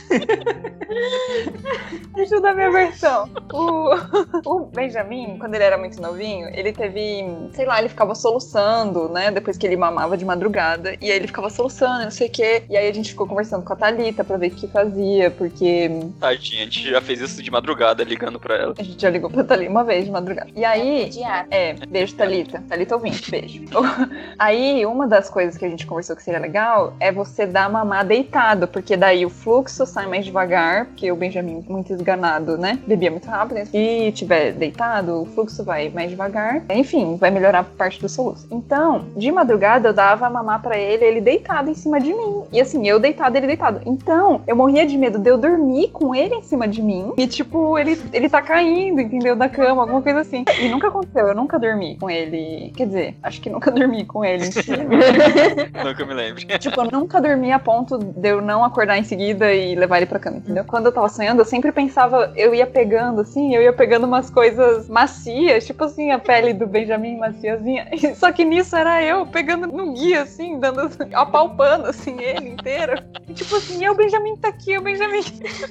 Deixa eu dar minha versão. O, o Benjamin, quando ele era muito novinho, ele teve, sei lá, ele ficava soluçando, né? Depois que ele mamava de madrugada. E aí ele ficava soluçando, não sei o quê. E aí a gente ficou conversando com a Thalita pra ver o que fazia, porque... Tadinha, a gente já fez isso de madrugada, ligando pra ela. A gente já ligou pra Thalita uma vez de madrugada. E aí... Pediatra. É, beijo, Thalita. Thalita ouvinte, beijo. Aí, uma das coisas que a gente conversou que seria legal é você dar mamar deitado, porque daí o fluxo sai mais devagar, porque o Benjamin, muito esganado, né? Bebia muito rápido. Se tiver deitado, o fluxo vai mais devagar. Enfim, vai melhorar a parte do soluço. Então, de madrugada, eu dava mamar pra ele, ele deitado em cima de mim. E assim, eu deitado, ele deitado. Então, eu morria de medo de eu dormir com ele em cima de mim. E tipo, ele, ele tá caindo, entendeu? Da cama, alguma coisa assim. E nunca aconteceu, eu nunca dormi com ele. Quer dizer, acho que nunca dormi com ele em cima. Nunca me lembro. Tipo, eu nunca dormi a ponto de eu não acordar em seguida e levar ele pra cama, entendeu? Quando eu tava sonhando, eu sempre pensava, eu ia pegando, assim, eu ia pegando umas coisas macias, tipo assim, a pele do Benjamin maciazinha. Só que nisso era eu pegando no guia, assim, dando, apalpando, assim, ele inteiro. E, tipo assim, é o Benjamin tá aqui, é o Benjamin.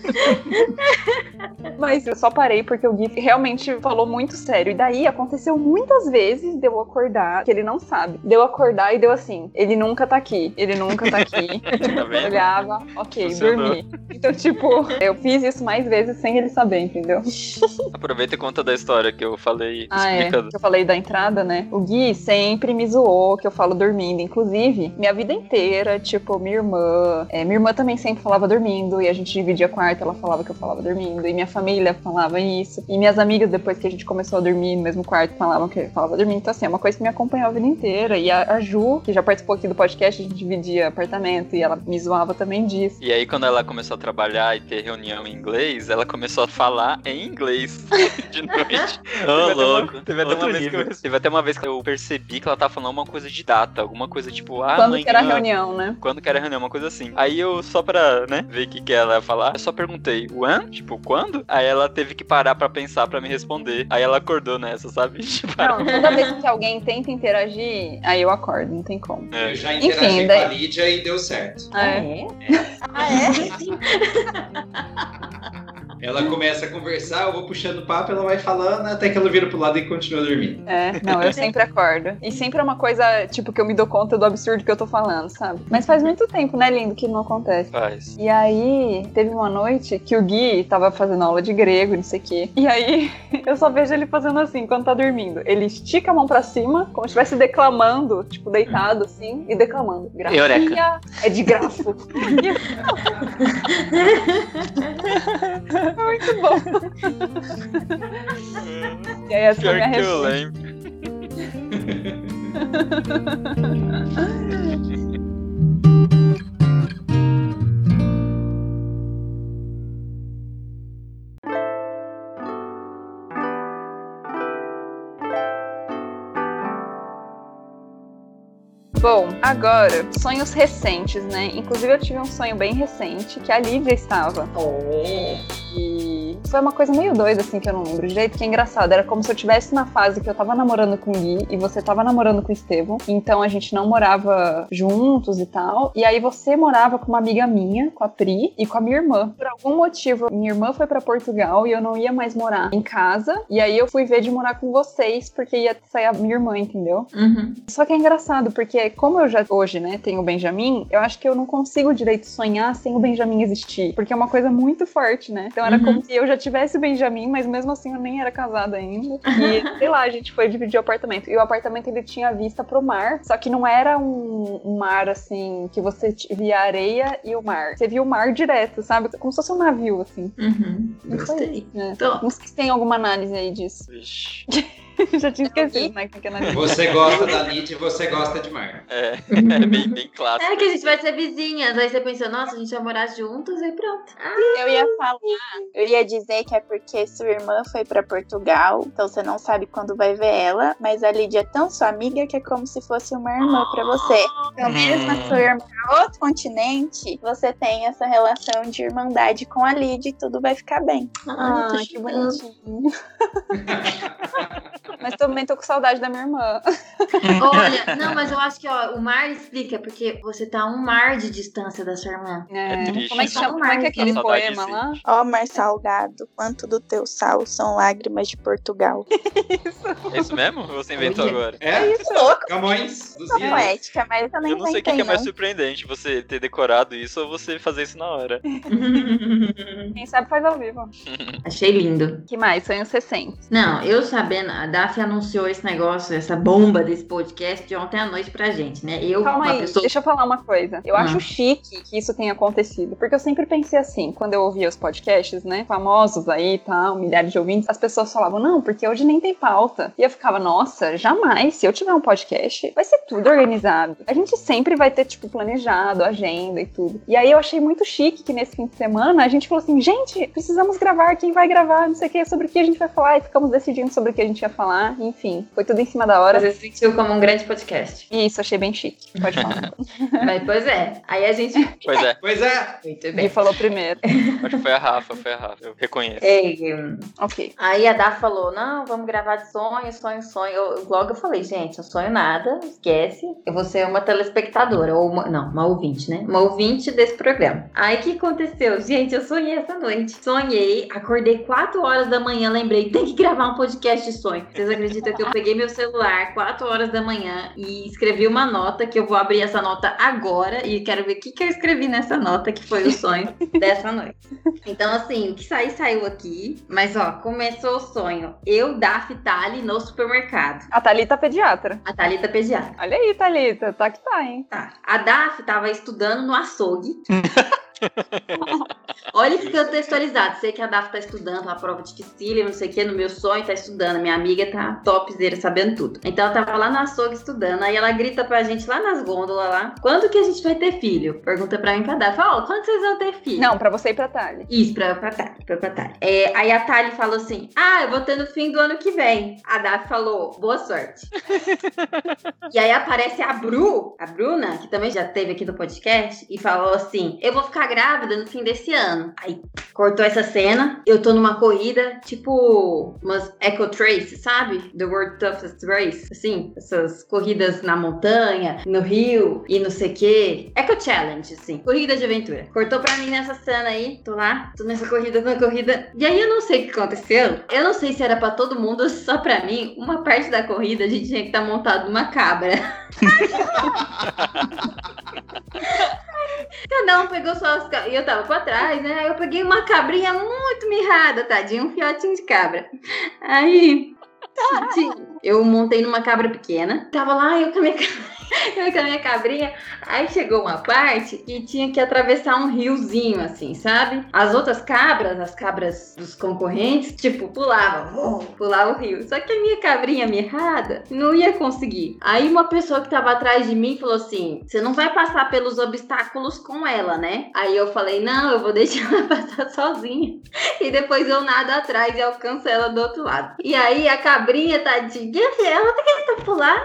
Mas eu só parei porque o Gui realmente falou muito sério. E daí aconteceu muitas vezes de eu acordar, que ele não sabe. De eu acordar e deu assim, ele nunca tá aqui, ele nunca tá aqui. Tá vendo? Olhava, ok, Funcionou. dormi. Então, tipo, eu fiz isso mais vezes sem ele saber, entendeu? Aproveita e conta da história que eu falei, Ah, é. explica. Que eu falei da entrada, né? O Gui sempre me zoou que eu falo dormindo. Inclusive, minha vida inteira, tipo, minha irmã... É, minha irmã também sempre falava dormindo. E a gente dividia quarto, ela falava que eu falava dormindo. E minha família falava isso. E minhas amigas, depois que a gente começou a dormir no mesmo quarto, falavam que eu falava dormindo. Então, assim, é uma coisa que me acompanhou a vida inteira. E a, a Ju, que já participou aqui do podcast, a gente dividia apartamento. E ela me zoava também disso. E aí, quando ela começou a trabalhar e ter reunião em inglês, ela começou a falar em inglês de noite. Ô, Teve até uma- louco. Teve até, Outro uma vez que nível. eu, teve até uma vez que eu percebi que ela tava falando uma coisa de data, alguma coisa tipo, ah, Quando amanhã, que era a reunião, né? Quando que era a reunião, uma coisa assim. Aí eu, só pra, né, ver o que, que ela ia falar, eu só perguntei, when? Tipo, quando? Aí ela teve que parar pra pensar, pra me responder. Aí ela acordou nessa, sabe? Tipo, Não, toda vez que alguém tenta interagir, aí eu acordo, não tem como. é. Eu já Enfim, interagi daí- com a Lídia e deu certo. É. Ah, é? Ela começa a conversar, eu vou puxando o papo, ela vai falando, até que ela vira pro lado e continua dormindo. É, não, eu sempre acordo. E sempre é uma coisa, tipo, que eu me dou conta do absurdo que eu tô falando, sabe? Mas faz muito tempo, né, lindo, que não acontece. Faz. E aí, teve uma noite que o Gui tava fazendo aula de grego, não sei o quê. E aí, eu só vejo ele fazendo assim, quando tá dormindo. Ele estica a mão pra cima, como se estivesse declamando, tipo, deitado assim, e declamando. Grafia Eureka. é de grafo. É muito bom. E aí, essa foi Pior a minha que eu resposta. lembro. Bom, agora, sonhos recentes, né? Inclusive eu tive um sonho bem recente, que a Lívia estava. Oh. E foi uma coisa meio doida, assim, que eu não lembro direito, que é engraçado. Era como se eu estivesse na fase que eu tava namorando com o Gui e você tava namorando com o Estevão. Então a gente não morava juntos e tal. E aí você morava com uma amiga minha, com a Pri, e com a minha irmã. Por algum motivo, minha irmã foi pra Portugal e eu não ia mais morar em casa. E aí eu fui ver de morar com vocês, porque ia sair a minha irmã, entendeu? Uhum. Só que é engraçado, porque como eu já hoje, né, tenho o Benjamin, eu acho que eu não consigo direito sonhar sem o Benjamin existir. Porque é uma coisa muito forte, né? Então era Uhum. como se eu já tivesse o Benjamin, mas mesmo assim eu nem era casada ainda. E, sei lá, a gente foi dividir o apartamento. E o apartamento, ele tinha vista pro mar, só que não era um, um mar, assim, que você via a areia e o mar. Você via o mar direto, sabe? Como se fosse um navio, assim. Uhum. E foi Gostei. isso, né? Então, Não sei se tem alguma análise aí disso. Vixe. Já tinha esquecido, né? Que tem que analisar. Você gosta da Lid e você gosta de mar. É, é bem, bem clássico. é que a gente vai ser vizinhas. Aí você pensou, nossa, a gente vai morar juntos e pronto. Eu ia falar, eu ia dizer que é porque sua irmã foi pra Portugal, então você não sabe quando vai ver ela, mas a Lídia é tão sua amiga que é como se fosse uma irmã pra você. Então, mesmo a sua irmã em outro continente, você tem essa relação de irmandade com a Lídia e tudo vai ficar bem. Ah, que bonitinho. Mas também tô com saudade da minha irmã. Olha, não, mas eu acho que ó, o mar explica, porque você tá a um mar de distância da sua irmã. É triste. Como é que chama? Como é que é aquele Dá saudade, poema sim. lá? Ó mar salgado, quanto do teu sal são lágrimas de Portugal. É isso mesmo? Ou você inventou Olha. agora? É? Isso, louco. Camões, dos Sou Ilhas. poética, mas eu nem Eu não sei o que inventei, que é mais não. surpreendente, você ter decorado isso ou você fazer isso na hora. Quem sabe faz ao vivo. Achei lindo. Que mais? Sonhos recentes. Não, eu sabendo, a Daphne anunciou esse negócio, essa bomba desse podcast de ontem à noite pra gente, né? Eu, Calma uma aí, pessoa... deixa eu falar uma coisa. Eu Ah. acho chique que isso tenha acontecido, porque eu sempre pensei assim, quando eu ouvia os podcasts, né, famosos aí e tal, milhares de ouvintes, as pessoas falavam, não, porque hoje nem tem pauta. E eu ficava, nossa, jamais, se eu tiver um podcast, vai ser tudo organizado. A gente sempre vai ter, tipo, planejado, agenda e tudo. E aí eu achei muito chique que nesse fim de semana a gente falou assim, gente, precisamos gravar, quem vai gravar, não sei o que, sobre o que a gente vai falar, e ficamos decidindo sobre o que a gente ia falar, enfim, foi tudo em cima da hora. Você se sentiu como um grande podcast. E isso, achei bem chique, pode falar. Mas, pois é, aí a gente... Pois é, Pois é. Muito Ele bem. falou primeiro. acho que foi a Rafa, foi a Rafa, eu reconheço. Ei, Ok. aí a Daphne falou, não, vamos gravar de sonho, sonho, sonho. Eu, logo eu falei, gente, eu sonho nada, esquece. Eu vou ser uma telespectadora, ou uma, não, uma ouvinte, né? Uma ouvinte desse programa. Aí o que aconteceu? Gente, eu sonhei essa noite. Sonhei, acordei quatro horas da manhã, lembrei, tem que gravar um podcast de sonho. Vocês acreditam que eu peguei meu celular quatro horas da manhã e escrevi uma nota, que eu vou abrir essa nota agora e quero ver o que, que eu escrevi nessa nota, que foi o sonho dessa noite. Então, assim, o que sair, saiu aqui. Mas, ó, começou o sonho. Eu, Daphne, Thali no supermercado. A Thalita pediatra. A Thalita pediatra. Olha aí, Thalita, tá que tá, hein? Tá. A Daphne tava estudando no açougue. Olha que contextualizado. Sei que a Daphne tá estudando a prova difícil, não sei o que, no meu sonho tá estudando. Minha amiga tá topzera, sabendo tudo. Então ela tava lá no açougue estudando. Aí ela grita pra gente lá nas gôndolas lá: quando que a gente vai ter filho? Pergunta pra mim e pra Daphne: ó, oh, quando vocês vão ter filho? Não, pra você e pra Thali. Isso, pra, pra Thali, pra, pra Thali. É, aí a Thali falou assim: ah, eu vou ter no fim do ano que vem. A Daphne falou: boa sorte. E aí aparece a Bru, a Bruna, que também já esteve aqui no podcast, e falou assim: eu vou ficar grávida no fim desse ano. Aí cortou essa cena, eu tô numa corrida, tipo umas Eco Trace, sabe? The World Toughest Race, assim, essas corridas na montanha, no rio e não sei o que. Eco Challenge, assim, corrida de aventura. Cortou pra mim nessa cena aí, tô lá, tô nessa corrida, na corrida. E aí eu não sei o que aconteceu, eu não sei se era pra todo mundo ou só pra mim. Uma parte da corrida a gente tinha que estar montado numa cabra. Cada um pegou suas cabras. E eu tava pra trás, né? Aí eu peguei uma cabrinha muito mirrada, tadinha, um fiotinho de cabra. Aí eu montei numa cabra pequena. Tava lá, eu com a minha cabra. Eu com a minha cabrinha, aí chegou uma parte que tinha que atravessar um riozinho, assim, sabe? As outras cabras, as cabras dos concorrentes, tipo, pulavam, pulavam o rio. Só que a minha cabrinha mirrada não ia conseguir. Aí uma pessoa que tava atrás de mim falou assim: você não vai passar pelos obstáculos com ela, né? Aí eu falei: não, eu vou deixar ela passar sozinha. E depois eu nado atrás e alcanço ela do outro lado. E aí a cabrinha, tadinha, ela tá querendo pular.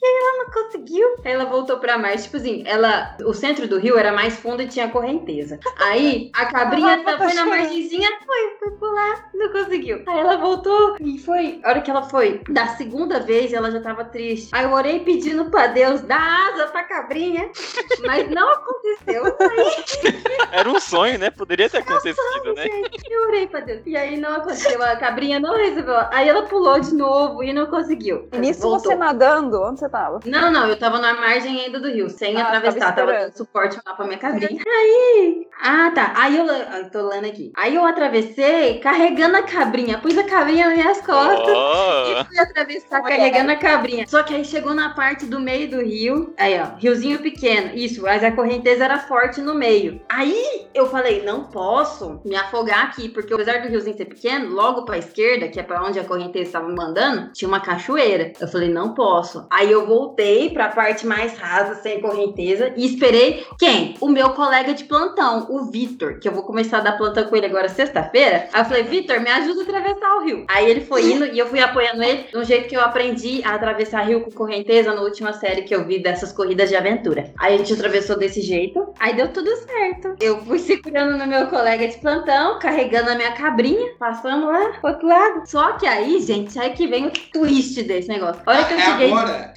E aí ela não conseguiu. Aí ela voltou pra margem. Tipo assim, ela, o centro do rio era mais fundo e tinha correnteza. Aí a cabrinha tá, foi na margenzinha, foi, foi pular, não conseguiu. Aí ela voltou e foi. A hora que ela foi, da segunda vez, ela já tava triste. Aí eu orei pedindo pra Deus dar asa pra cabrinha, mas não aconteceu. Aí... Era um sonho, né? Poderia ter acontecido, sonho, né? Gente. Eu orei pra Deus. E aí não aconteceu, a cabrinha não resolveu. Aí ela pulou de novo e não conseguiu. E nisso Voltou. você nadando? Onde você tava? Não, não, eu tava na margem ainda do rio, sem Ah, atravessar, tava tava dando suporte lá pra minha cabrinha. Aí, ah tá, aí eu, eu tô lendo aqui. Aí eu atravessei carregando a cabrinha, pus a cabrinha nas minhas costas Oh. e fui atravessar Mulher. carregando a cabrinha. Só que aí chegou na parte do meio do rio, aí ó, riozinho pequeno, isso, mas a correnteza era forte no meio. Aí eu falei, não posso me afogar aqui, porque apesar do riozinho ser pequeno, logo pra esquerda, que é pra onde a correnteza estava me mandando, tinha uma cachoeira. Eu falei, não posso. Aí eu voltei pra parte mais rasa, sem correnteza, e esperei quem? O meu colega de plantão, o Vitor, que eu vou começar a dar plantão com ele agora sexta-feira. Aí eu falei, Vitor, me ajuda a atravessar o rio. Aí ele foi indo e eu fui apoiando ele de um jeito que eu aprendi a atravessar rio com correnteza na última série que eu vi dessas corridas de aventura. Aí a gente atravessou desse jeito, aí deu tudo certo. Eu fui segurando no meu colega de plantão, carregando a minha cabrinha, passando lá pro outro lado. Só que aí, gente, aí que vem o twist desse negócio. A hora que eu é cheguei... agora.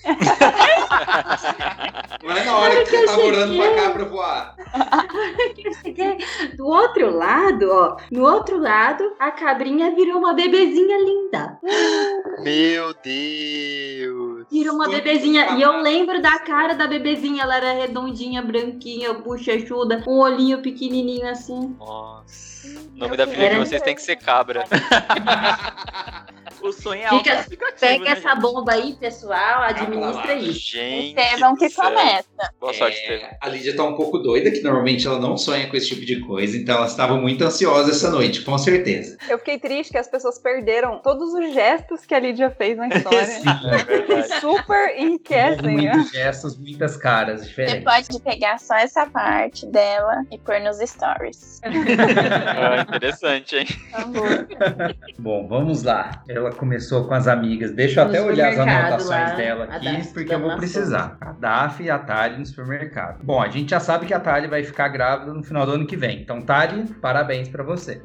Não é na hora Olha que que você eu tava orando pra cheguei. cá pra voar. Eu cheguei do outro lado, ó. No outro lado, a cabrinha virou uma bebezinha linda. Meu Deus. Virou uma Muito bebezinha. E eu bacana. lembro da cara da bebezinha. Ela era redondinha, branquinha, bochechuda, um olhinho pequenininho assim. Nossa. O nome da filha Era- de vocês tem que ser Cabra. O sonho é Fica- autoexplicativo, Pega né, essa bomba aí, pessoal. Administra lá. isso. Gente. Estevão que do céu. começa. Boa sorte, Estevão. É, a Lídia tá um pouco doida, que normalmente ela não sonha com esse tipo de coisa, então ela estava muito ansiosa essa noite, com certeza. Eu fiquei triste que as pessoas perderam todos os gestos que a Lídia fez na história. É verdade. Super enriquecem. né? Muitos gestos, muitas caras Você diferentes. pode pegar só essa parte dela e pôr nos stories. Ah, interessante, hein? Bom, vamos lá. Ela começou com as amigas. Deixa eu No até olhar as supermercado anotações lá, dela a aqui, Daphne porque eu vou dando precisar. A Daphne e a Thali no supermercado. Bom, a gente já sabe que a Thali vai ficar grávida no final do ano que vem. Então, Thali, parabéns pra você.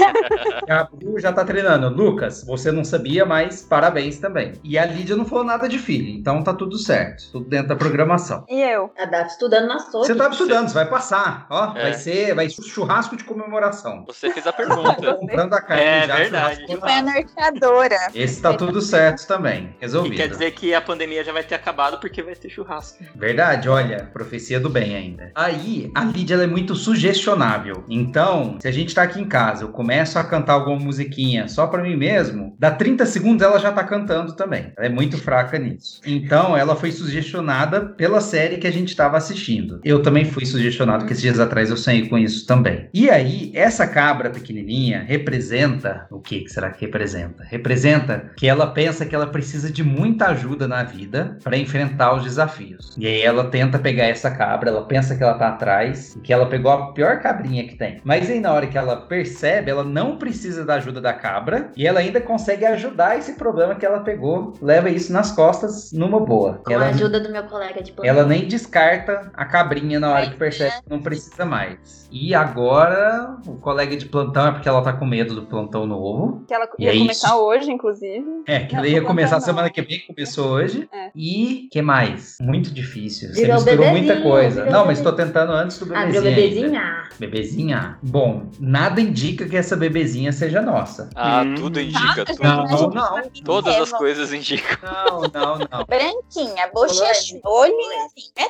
A Bru já tá treinando. Lucas, você não sabia, mas parabéns também. E a Lídia não falou nada de filho, então tá tudo certo. Tudo dentro da programação. E eu? A Daphne estudando na Soja. Você tava estudando, você vai passar. Ó, É. vai ser vai ser churrasco de comemoração. Você fez a pergunta. Comprando a carne É já. verdade. churrasco Foi a norteadora. Esse tá tudo certo também. E Resolvido. quer dizer que a pandemia já vai ter acabado porque vai ter churrasco. Verdade, olha, profecia do bem ainda. Aí, a Lídia ela é muito sugestionável. Então, se a gente tá aqui em casa, eu começo a cantar alguma musiquinha só pra mim mesmo, dá trinta segundos ela já tá cantando também. Ela é muito fraca nisso. Então, ela foi sugestionada pela série que a gente tava assistindo. Eu também fui sugestionado, porque esses dias atrás eu sonhei com isso também. E aí, essa cabra pequenininha representa... O que que será que representa? Representa que ela pensa que ela precisa de muita ajuda na vida pra enfrentar os desafios. E aí ela tenta pegar essa cabra, ela pensa que ela tá atrás, e que ela pegou a pior cabrinha que tem. Mas aí na hora que ela percebe, ela não precisa da ajuda da cabra, e ela ainda consegue ajudar esse problema que ela pegou, leva isso nas costas numa boa. Com Ela, a ajuda do meu colega de plantão. ela nem descarta a cabrinha na hora que percebe que não precisa mais. E agora, o colega de plantão é porque ela tá com medo do plantão novo. Que ela E ia é começar isso. hoje, inclusive. É, que Não, ela ia tô começar contando, semana não. que vem, começou hoje. É. E que mais? Muito difícil. Você Virou misturou bebezinho, muita coisa. virou Não, mas tô bebezinho. tentando antes do Ah, bebezinho. virou ainda. bebezinha? Bebezinha? Bom, nada indica que essa bebezinha seja nossa. Ah, Hum. tudo indica, tudo. Não, não. Todas as Mesmo. coisas indicam. Não, não, não. Branquinha, bochechuda, olhinho assim. É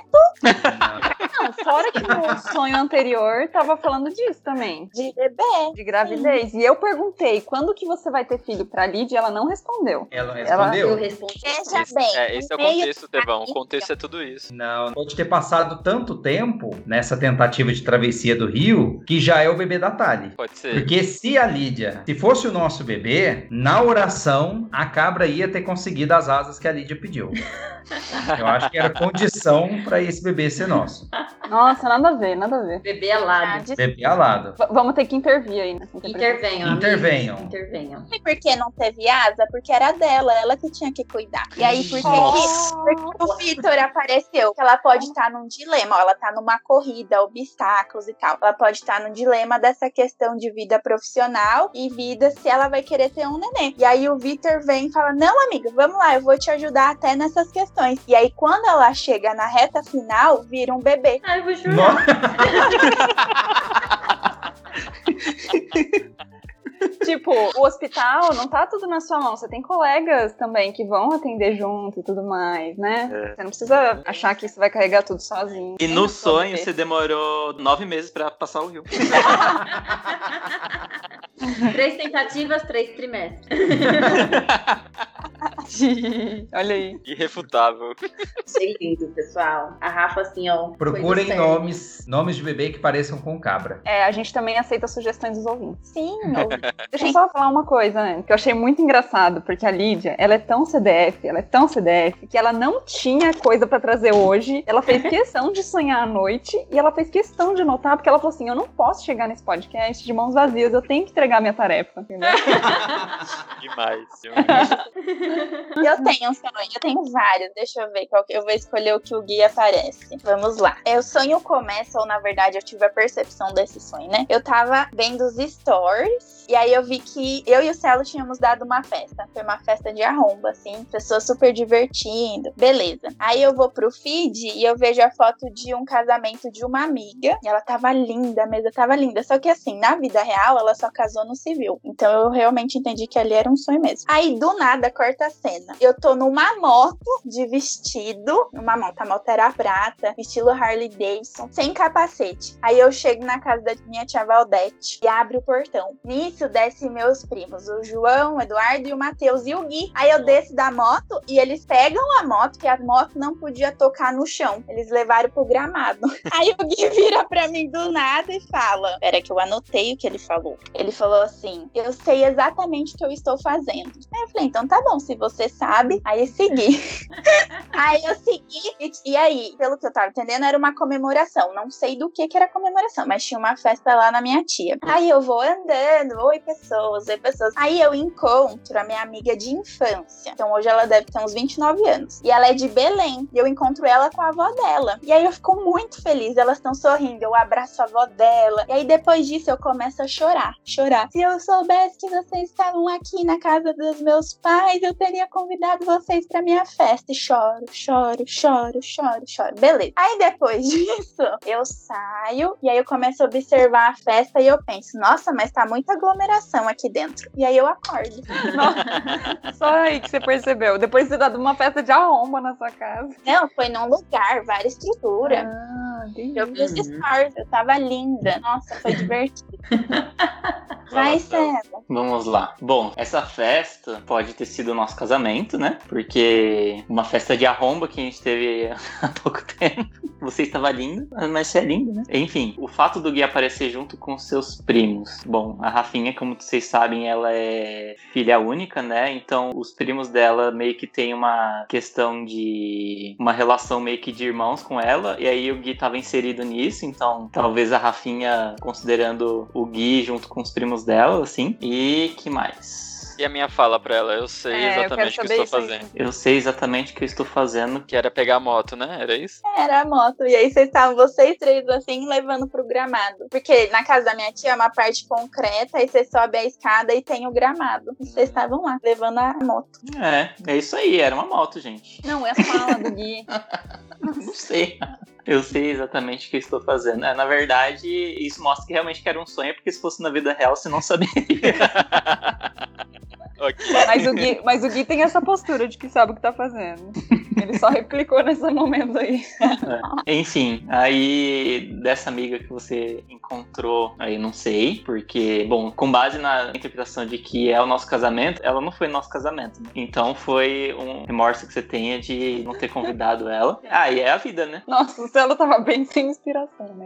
Não, fora que no sonho anterior tava falando disso também. de bebê. De gravidez. E eu perguntei, quando que você vai ter filho pra Lídia? Ela não respondeu. Ela Ela- respondeu? Eu respondi. Veja Esse, bem. é, esse é o meio contexto, Tevão. O caminho. contexto é tudo isso. Não, pode ter passado tanto tempo nessa tentativa de travessia do rio que já é o bebê da Thali. Pode ser. Porque se a Lídia, se fosse o nosso bebê, na oração, a cabra ia ter conseguido as asas que a Lídia pediu. Eu acho que era condição para esse bebê ser nosso. Nossa, nada a ver, nada a ver. Bebê alado. Ah, Bebê alado. V- vamos ter que intervir aí nessa interpretação. Intervenham, amigos. Intervenham. Intervenham. E por que não teve asa? Porque era dela, ela que tinha que cuidar. E aí, por que Nossa. porque o Vitor apareceu? Que ela pode estar num dilema, ó, ela tá numa corrida, obstáculos e tal. Ela pode estar num dilema dessa questão de vida profissional e vida se ela vai querer ter um neném. E aí o Vitor vem e fala, não, amiga, vamos lá, eu vou te ajudar até nessas questões. E aí, quando ela chega na reta final, vira um bebê. Ai, eu vou chorar. Nossa. Tipo, o hospital não tá tudo na sua mão. Você tem colegas também que vão atender junto e tudo mais, né? É. Você não precisa achar que você vai carregar tudo sozinho. E Tem no a sua sonho bebê. você demorou nove meses pra passar o rio. Três tentativas, três trimestres. Olha aí. Irrefutável. Achei lindo, pessoal. A Rafa, assim, ó. Procurem foi do céu. nomes, nomes de bebê que pareçam com cabra. É, a gente também aceita sugestões dos ouvintes. Sim, eu... Deixa eu só falar uma coisa, né? Que eu achei muito engraçado, porque a Lídia, ela é tão C D F, ela é tão C D F, que ela não tinha coisa pra trazer hoje. Ela fez questão de sonhar à noite e ela fez questão de anotar, porque ela falou assim: eu não posso chegar nesse podcast de mãos vazias, eu tenho que entregar minha tarefa. Entendeu? Demais. eu tenho um sonho, eu tenho vários. Deixa eu ver qual que eu vou escolher o que o guia aparece. Vamos lá. É, o sonho começa, ou na verdade eu tive a percepção desse sonho, né? Eu tava vendo os stories e aí eu vi que eu e o Celo tínhamos dado uma festa. Foi uma festa de arromba, assim, pessoas super divertindo. Beleza. Aí eu vou pro feed e eu vejo a foto de um casamento de uma amiga. E ela tava linda, a mesa tava linda. Só que assim, na vida real, ela só casou no civil. Então eu realmente entendi que ali era um sonho mesmo. Aí do nada, corta a cena. Eu tô numa moto de vestido. Numa moto, a moto era prata, estilo Harley Davidson, sem capacete. Aí eu chego na casa da minha tia Valdete e abro o portão. Nisso desce meus primos, o João, o Eduardo e o Matheus e o Gui. Aí eu desço da moto e eles pegam a moto, que a moto não podia tocar no chão. Eles levaram pro gramado. Aí o Gui vira pra mim do nada e fala... Pera que eu anotei o que ele falou. Ele falou assim, eu sei exatamente o que eu estou fazendo. Aí eu falei, então tá bom, se você sabe, aí eu segui. Aí eu segui, e, e aí, pelo que eu tava entendendo, era uma comemoração. Não sei do que que era comemoração, mas tinha uma festa lá na minha tia. Aí eu vou andando, oi pessoas, oi pessoas. Aí eu encontro a minha amiga de infância. Então hoje ela deve ter uns vinte e nove anos. E ela é de Belém. E eu encontro ela com a avó dela. E aí eu fico muito feliz, elas estão sorrindo, eu abraço a avó dela. E aí depois disso eu começo a chorar, chorar. Se eu soubesse que vocês estavam aqui na casa dos meus pais, eu teria convidado vocês pra minha festa. E choro, choro, choro, choro, choro. Beleza. Aí depois disso, eu saio e aí eu começo a observar a festa e eu penso, nossa, mas tá muita aglomeração aqui dentro. E aí eu acordo. Nossa, só aí que você percebeu. Depois de ter dado uma festa de arromba na sua casa. Não, foi num lugar, várias estruturas. Ah, entendi. Eu vi os stories, eu tava linda. Nossa, foi divertido. Vai, Celo. Vamos lá. Bom, essa festa pode ter sido o nosso casamento, né? Porque uma festa de arromba que a gente teve há pouco tempo. Você estava linda, mas você é linda, né? Enfim, o fato do Gui aparecer junto com seus primos. Bom, a Rafinha, como vocês sabem, ela é filha única, né? Então, os primos dela meio que tem uma questão de... uma relação meio que de irmãos com ela. E aí o Gui estava inserido nisso. Então, talvez a Rafinha, considerando o Gui junto com os primos dela, assim. E que mais? E a minha fala pra ela, eu sei É, eu exatamente o quero que eu estou saber isso aí. fazendo. Eu sei exatamente o que eu estou fazendo. Que era pegar a moto, né? Era isso? Era a moto. E aí vocês estavam, vocês três, assim, levando pro gramado. Porque na casa da minha tia é uma parte concreta, aí você sobe a escada e tem o gramado. E vocês estavam lá, levando a moto. É, é isso aí, era uma moto, gente. Não, é a fala do Gui. Não sei. Eu sei exatamente o que eu estou fazendo. É, na verdade, isso mostra que realmente que era um sonho, porque se fosse na vida real, você não saberia. Ok. Mas o, Gui, mas o Gui tem essa postura de que sabe o que tá fazendo. Ele só replicou nesse momento aí. É. Enfim, aí dessa amiga que você encontrou, aí não sei, porque, bom, com base na interpretação de que é o nosso casamento, ela não foi nosso casamento, né? Então foi um remorso que você tenha de não ter convidado ela. Ah, e é a vida, né? Nossa, o Celo tava bem sem inspiração nessa.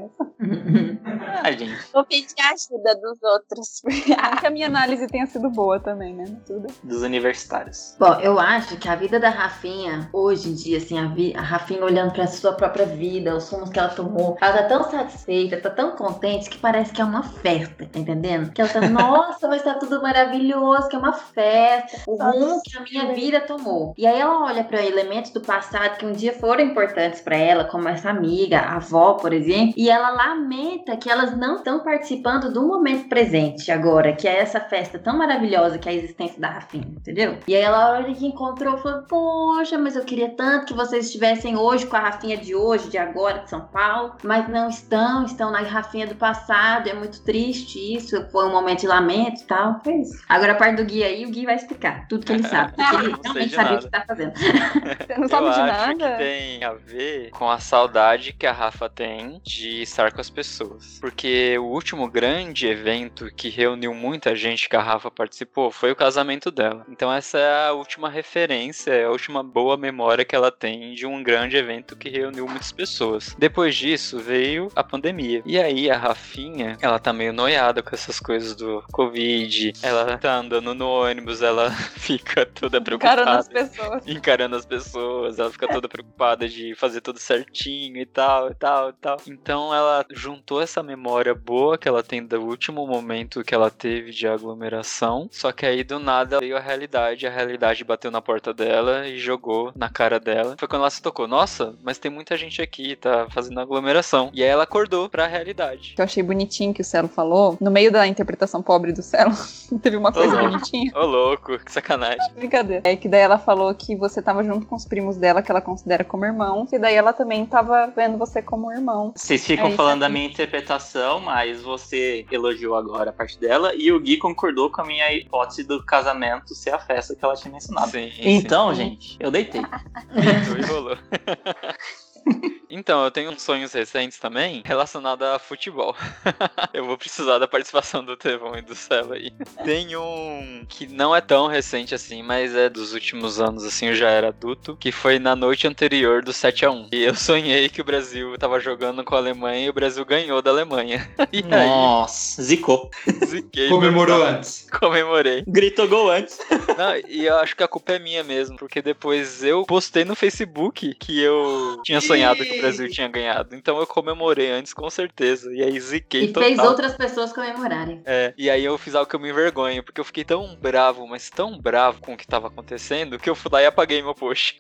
Ah, gente. Vou pedir a ajuda dos outros. Que a minha análise tenha sido boa também, né? Tudo. Dos universitários. Bom, eu acho que a vida da Rafinha, hoje em dia, assim, a, vi- a Rafinha olhando pra sua própria vida, os rumos que ela tomou, ela tá tão satisfeita, tá tão contente que parece que é uma festa, tá entendendo? Que ela tá, nossa, vai estar tudo maravilhoso, que é uma festa, o rumo que a minha vida tomou. E aí ela olha pra elementos do passado que um dia foram importantes pra ela, como essa amiga, a avó, por exemplo, e ela lamenta que elas não estão participando do momento presente agora, que é essa festa tão maravilhosa que é a existência da Rafinha, entendeu? E aí ela olha que encontrou e falou, poxa, mas eu queria tanto que vocês estivessem hoje com a Rafinha de hoje, de agora, de São Paulo, mas não estão, estão na Rafinha do passado, é muito triste isso, foi um momento de lamento e tal, foi isso. Agora a parte do Gui aí, o Gui vai explicar tudo que ele sabe, porque ele Não sei realmente de sabia o nada. que tá fazendo. Você não Eu sabe de acho nada? que tem a ver com a saudade que a Rafa tem de estar com as pessoas. Porque o último grande evento que reuniu muita gente que a Rafa participou foi o casamento dela. Então essa é a última referência, é a última boa memória que ela tem de um grande evento que reuniu muitas pessoas. Depois disso veio a pandemia. E aí a Rafinha, ela tá meio noiada com essas coisas do Covid. Ela tá andando no ônibus, ela fica toda preocupada. Encarando as pessoas. Encarando as pessoas, ela fica toda preocupada de fazer tudo certinho e tal, e tal, e tal. Então ela juntou essa memória boa que ela tem do último momento que ela teve de aglomeração, só que aí do nada veio a realidade, a realidade bateu na porta dela e jogou na cara dela. Foi quando ela se tocou, nossa, mas tem muita gente aqui, tá fazendo aglomeração. E aí ela acordou pra realidade. Que eu achei bonitinho que o Celo falou, no meio da interpretação pobre do Celo, teve uma coisa Uhum. bonitinha. Ô louco, que sacanagem. Brincadeira. É que daí ela falou que você tava junto com os primos dela, que ela considera como irmão, e daí ela também tava vendo você como irmão. Vocês ficam É isso falando da aqui. minha interpretação, mas você elogiou agora a parte dela e o Gui concordou com a minha hipótese do casamento ser a festa que ela tinha mencionado. Sim, Então, sim. gente, eu deitei. sim, e rolou. Então, eu tenho uns sonhos recentes também relacionados a futebol. Eu vou precisar da participação do Tevão e do Celo aí. Tem um que não é tão recente assim, mas é dos últimos anos, assim, eu já era adulto, que foi na noite anterior do sete a um. E eu sonhei que o Brasil tava jogando com a Alemanha e o Brasil ganhou da Alemanha. E Nossa, zicou. aí, ziquei. Comemorou antes. Comemorei. Gritou gol antes. Não, e eu acho que a culpa é minha mesmo, porque depois eu postei no Facebook que eu tinha sonhado que o Brasil tinha ganhado. Então eu comemorei antes, com certeza. E aí ziquei E total. fez outras pessoas comemorarem. É, e aí eu fiz algo que eu me envergonho, porque eu fiquei tão bravo, mas tão bravo com o que tava acontecendo, que eu fui lá e apaguei meu post.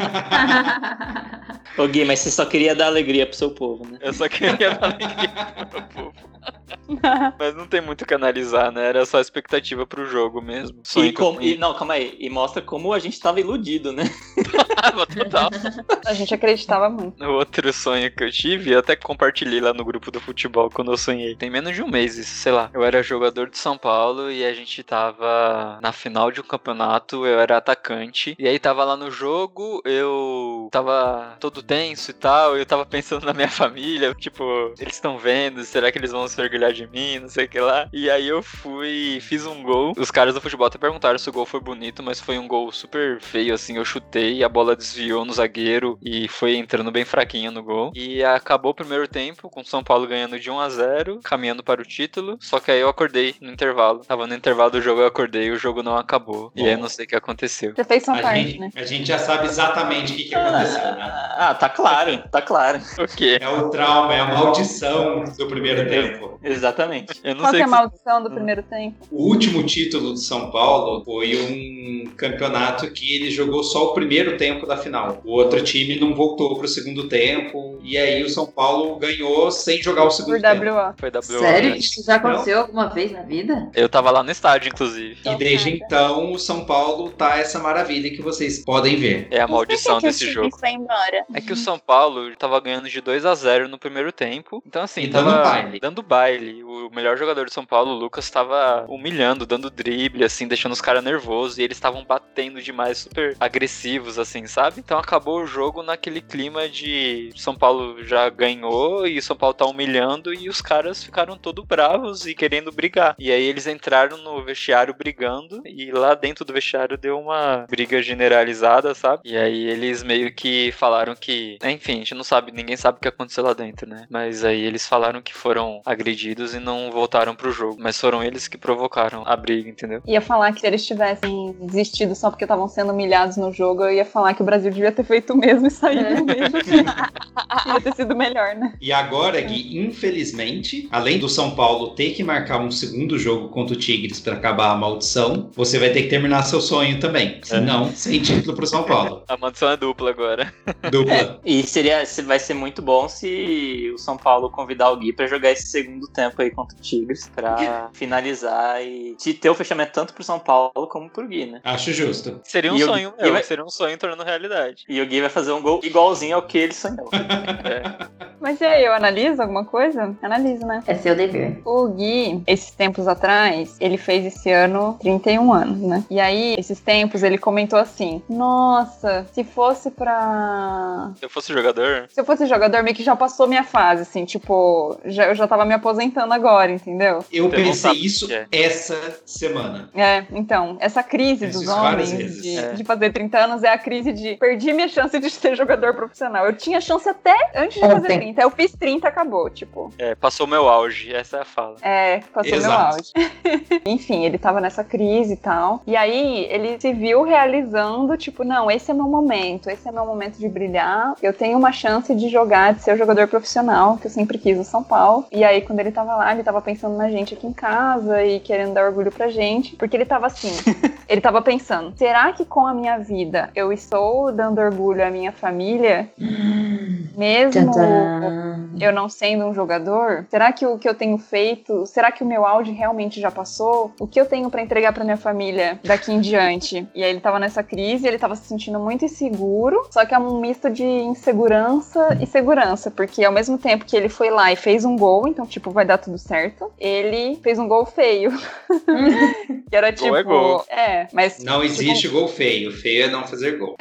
Ô Gui, mas você só queria dar alegria pro seu povo, né? Eu só queria dar alegria pro meu povo. Mas não tem muito o que analisar, né? Era só expectativa pro jogo mesmo. Sonho E, que eu como, e não, calma aí. E mostra como a gente tava iludido, né? tava total. A gente acreditava muito. No outro sonho que eu tive, eu até compartilhei lá no grupo do futebol quando eu sonhei. Tem menos de um mês isso, sei lá. Eu era jogador de São Paulo e a gente tava na final de um campeonato, eu era atacante. E aí tava lá no jogo, eu tava todo tenso e tal, eu tava pensando na minha família, tipo, eles estão vendo, será que eles vão se orgulhar de mim, não sei o que lá. E aí eu fui, fiz um gol. Os caras do futebol até perguntaram se o gol foi bonito, mas foi um gol super feio, assim, eu chutei, a bola desviou no zagueiro e foi entrando bem fraquinho no gol. E acabou o primeiro tempo, com o São Paulo ganhando de um a zero, caminhando para o título, só que aí eu acordei no intervalo. Tava no intervalo do jogo, eu acordei e o jogo não acabou. E aí eu não sei o que aconteceu. Você fez sua A parte, gente, né? a gente já sabe exatamente o que, que aconteceu, né? Ah, tá claro, tá claro. O quê? É o trauma, é a maldição do primeiro tempo. Exatamente. Eu não Qual sei que é a que... maldição do primeiro tempo? O último título do São Paulo foi um campeonato que ele jogou só o primeiro tempo da final. O outro time não voltou pro segundo tempo. E aí o São Paulo ganhou sem jogar o segundo Por tempo. W A. Foi W O. Sério? né? Isso já aconteceu alguma vez na vida? Eu tava lá no estádio, inclusive. E desde então o São Paulo tá essa maravilha que vocês podem ver. É a maldição Por que que desse o time jogo. foi embora? É que o São Paulo tava ganhando de dois a zero no primeiro tempo. Então, assim, E tava dando baile. dando baile. baile. O melhor jogador de São Paulo, o Lucas, tava humilhando, dando drible, assim, deixando os caras nervosos. E eles estavam batendo demais, super agressivos, assim, sabe? Então acabou o jogo naquele clima de São Paulo já ganhou e São Paulo tá humilhando e os caras ficaram todos bravos e querendo brigar. E aí eles entraram no vestiário brigando e lá dentro do vestiário deu uma briga generalizada, sabe? E aí eles meio que falaram que... Enfim, a gente não sabe, ninguém sabe o que aconteceu lá dentro, né? Mas aí eles falaram que foram agredidos e não voltaram pro jogo. Mas foram eles que provocaram a briga, entendeu? Ia falar que se eles tivessem desistido só porque estavam sendo humilhados no jogo, eu ia falar que o Brasil devia ter feito o mesmo e saído no meio. Ia ter sido melhor, né? E agora, Gui, infelizmente, além do São Paulo ter que marcar um segundo jogo contra o Tigres para acabar a maldição, você vai ter que terminar seu sonho também. Senão, sem título pro São Paulo. A maldição é dupla agora. Dupla. E seria, vai ser muito bom se o São Paulo convidar o Gui pra jogar esse segundo tempo aí contra o Tigres, pra finalizar e de ter o fechamento tanto pro São Paulo como pro Gui, né? Acho justo. Seria um E sonho o- meu, e vai- seria um sonho tornando realidade. E o Gui vai fazer um gol igualzinho ao que ele sonhou. É. Mas e aí, eu analiso alguma coisa? Analiso, né? É seu dever. O Gui, esses tempos atrás, ele fez esse ano trinta e um anos, né? E aí, esses tempos, ele comentou assim: nossa, se fosse pra... Se eu fosse jogador, Se eu fosse jogador, meio que já passou minha fase, assim, tipo, já, eu já tava me aposentando agora, entendeu? Eu Você não pensei sabe o isso que é. essa semana. É, então, essa crise Isso dos várias homens vezes. de, É. de fazer trinta anos é a crise de perdi minha chance de ser jogador profissional. Eu tinha chance até antes de fazer Ontem. trinta. Eu fiz trinta, acabou, tipo. é, passou meu auge, essa é a fala. É, passou Exato. meu auge. Enfim, ele tava nessa crise e tal. E aí, ele se viu realizando, tipo, não, esse é meu momento, esse é meu momento de brilhar. Eu tenho uma chance de jogar, de ser o jogador profissional, que eu sempre quis no São Paulo. E aí, quando ele tava lá, ele tava pensando na gente aqui em casa e querendo dar orgulho pra gente. Porque ele tava assim, ele tava pensando, será que com a minha vida eu estou dando orgulho à minha família? Mesmo Tadã. eu não sendo um jogador? Será que o que eu tenho feito, será que o meu auge realmente já passou? O que eu tenho pra entregar pra minha família daqui em diante? E aí ele tava nessa crise, ele tava se sentindo muito inseguro, só que é um misto de insegurança e segurança, porque ao mesmo tempo que ele foi lá e fez um gol, então tipo, vai dar tudo certo, ele fez um gol feio. Que era tipo, Gol é gol. é, mas Não existe gol feio. Feio é não fazer gol.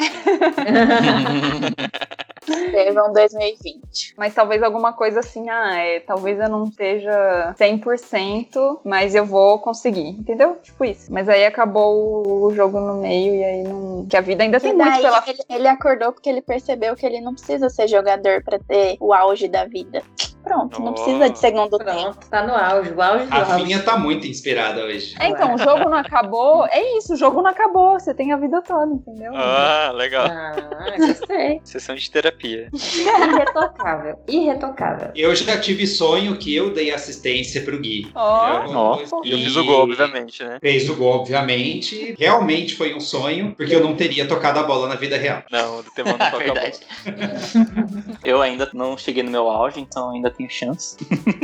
Teve um dois mil e vinte. Mas talvez alguma coisa assim, ah, é, talvez eu não esteja cem por cento, mas eu vou conseguir, entendeu? Tipo isso. Mas aí acabou o jogo no meio e aí não... Que a vida ainda tem E muito daí pela... ele, ele acordou porque ele percebeu que ele não precisa ser jogador pra ter o auge da vida. Pronto, não Oh. precisa de segundo tempo. Pronto, tá no auge. O auge do A auge. Finha tá muito inspirada hoje. É, então, o jogo não acabou. É isso, o jogo não acabou. Você tem a vida toda, entendeu? Ah, legal. Ah, gostei. Sessão de terapia. Irretocável. Irretocável. Eu já tive sonho que eu dei assistência pro Gui. Ó. Eu- Nossa. E eu fiz o gol, obviamente, né? Fez o gol, obviamente. Realmente foi um sonho, porque eu não teria tocado a bola na vida real. Não, o Temão não É toca a bola. verdade. Eu ainda não cheguei no meu auge, então ainda tenho chance.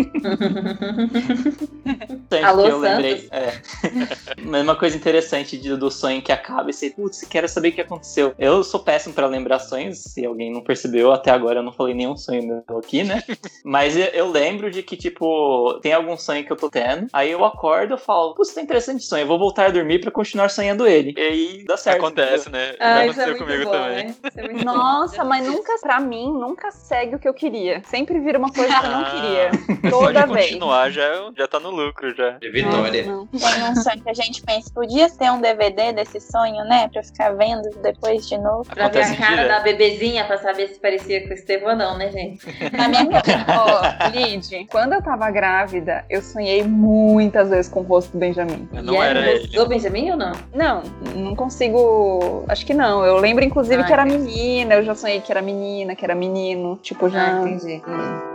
Sempre Alô, que eu lembrei. É. Mas uma coisa interessante de- do sonho que acaba e você, putz, quero saber o que aconteceu. Eu sou péssimo pra lembrar sonhos, se alguém não percebeu, até agora eu não falei nenhum sonho meu aqui, né? Mas eu, eu lembro de que, tipo, tem algum sonho que eu tô tendo, aí eu acordo e falo, putz, tá interessante esse sonho, eu vou voltar a dormir pra continuar sonhando ele. E aí dá certo. Acontece, né? Ah, Já isso é aconteceu muito comigo bom, também. né? Isso é muito bom. Nossa, mas nunca, pra mim, nunca segue o que eu queria. Sempre vira uma coisa que eu não Ah, queria. Só Toda de vez. continuar já, já tá no lucro, já. É vitória. Não, não. Tem um sonho que a gente pensa, podia ter um D V D desse sonho, né? Pra ficar vendo depois de novo. Pra ver Acontece a cara direto. da bebezinha, pra saber se parecia com o Estevão ou não, né, gente? Na minha Ó, Lid, quando eu tava grávida, eu sonhei muitas vezes com o rosto do Benjamin. Não e era o rosto ele. do Benjamin ou não? Não, não consigo. Acho que não. Eu lembro, inclusive, Ah, que era entendi. menina. Eu já sonhei que era menina, que era menino. Tipo, já. Ah, entendi, entendi.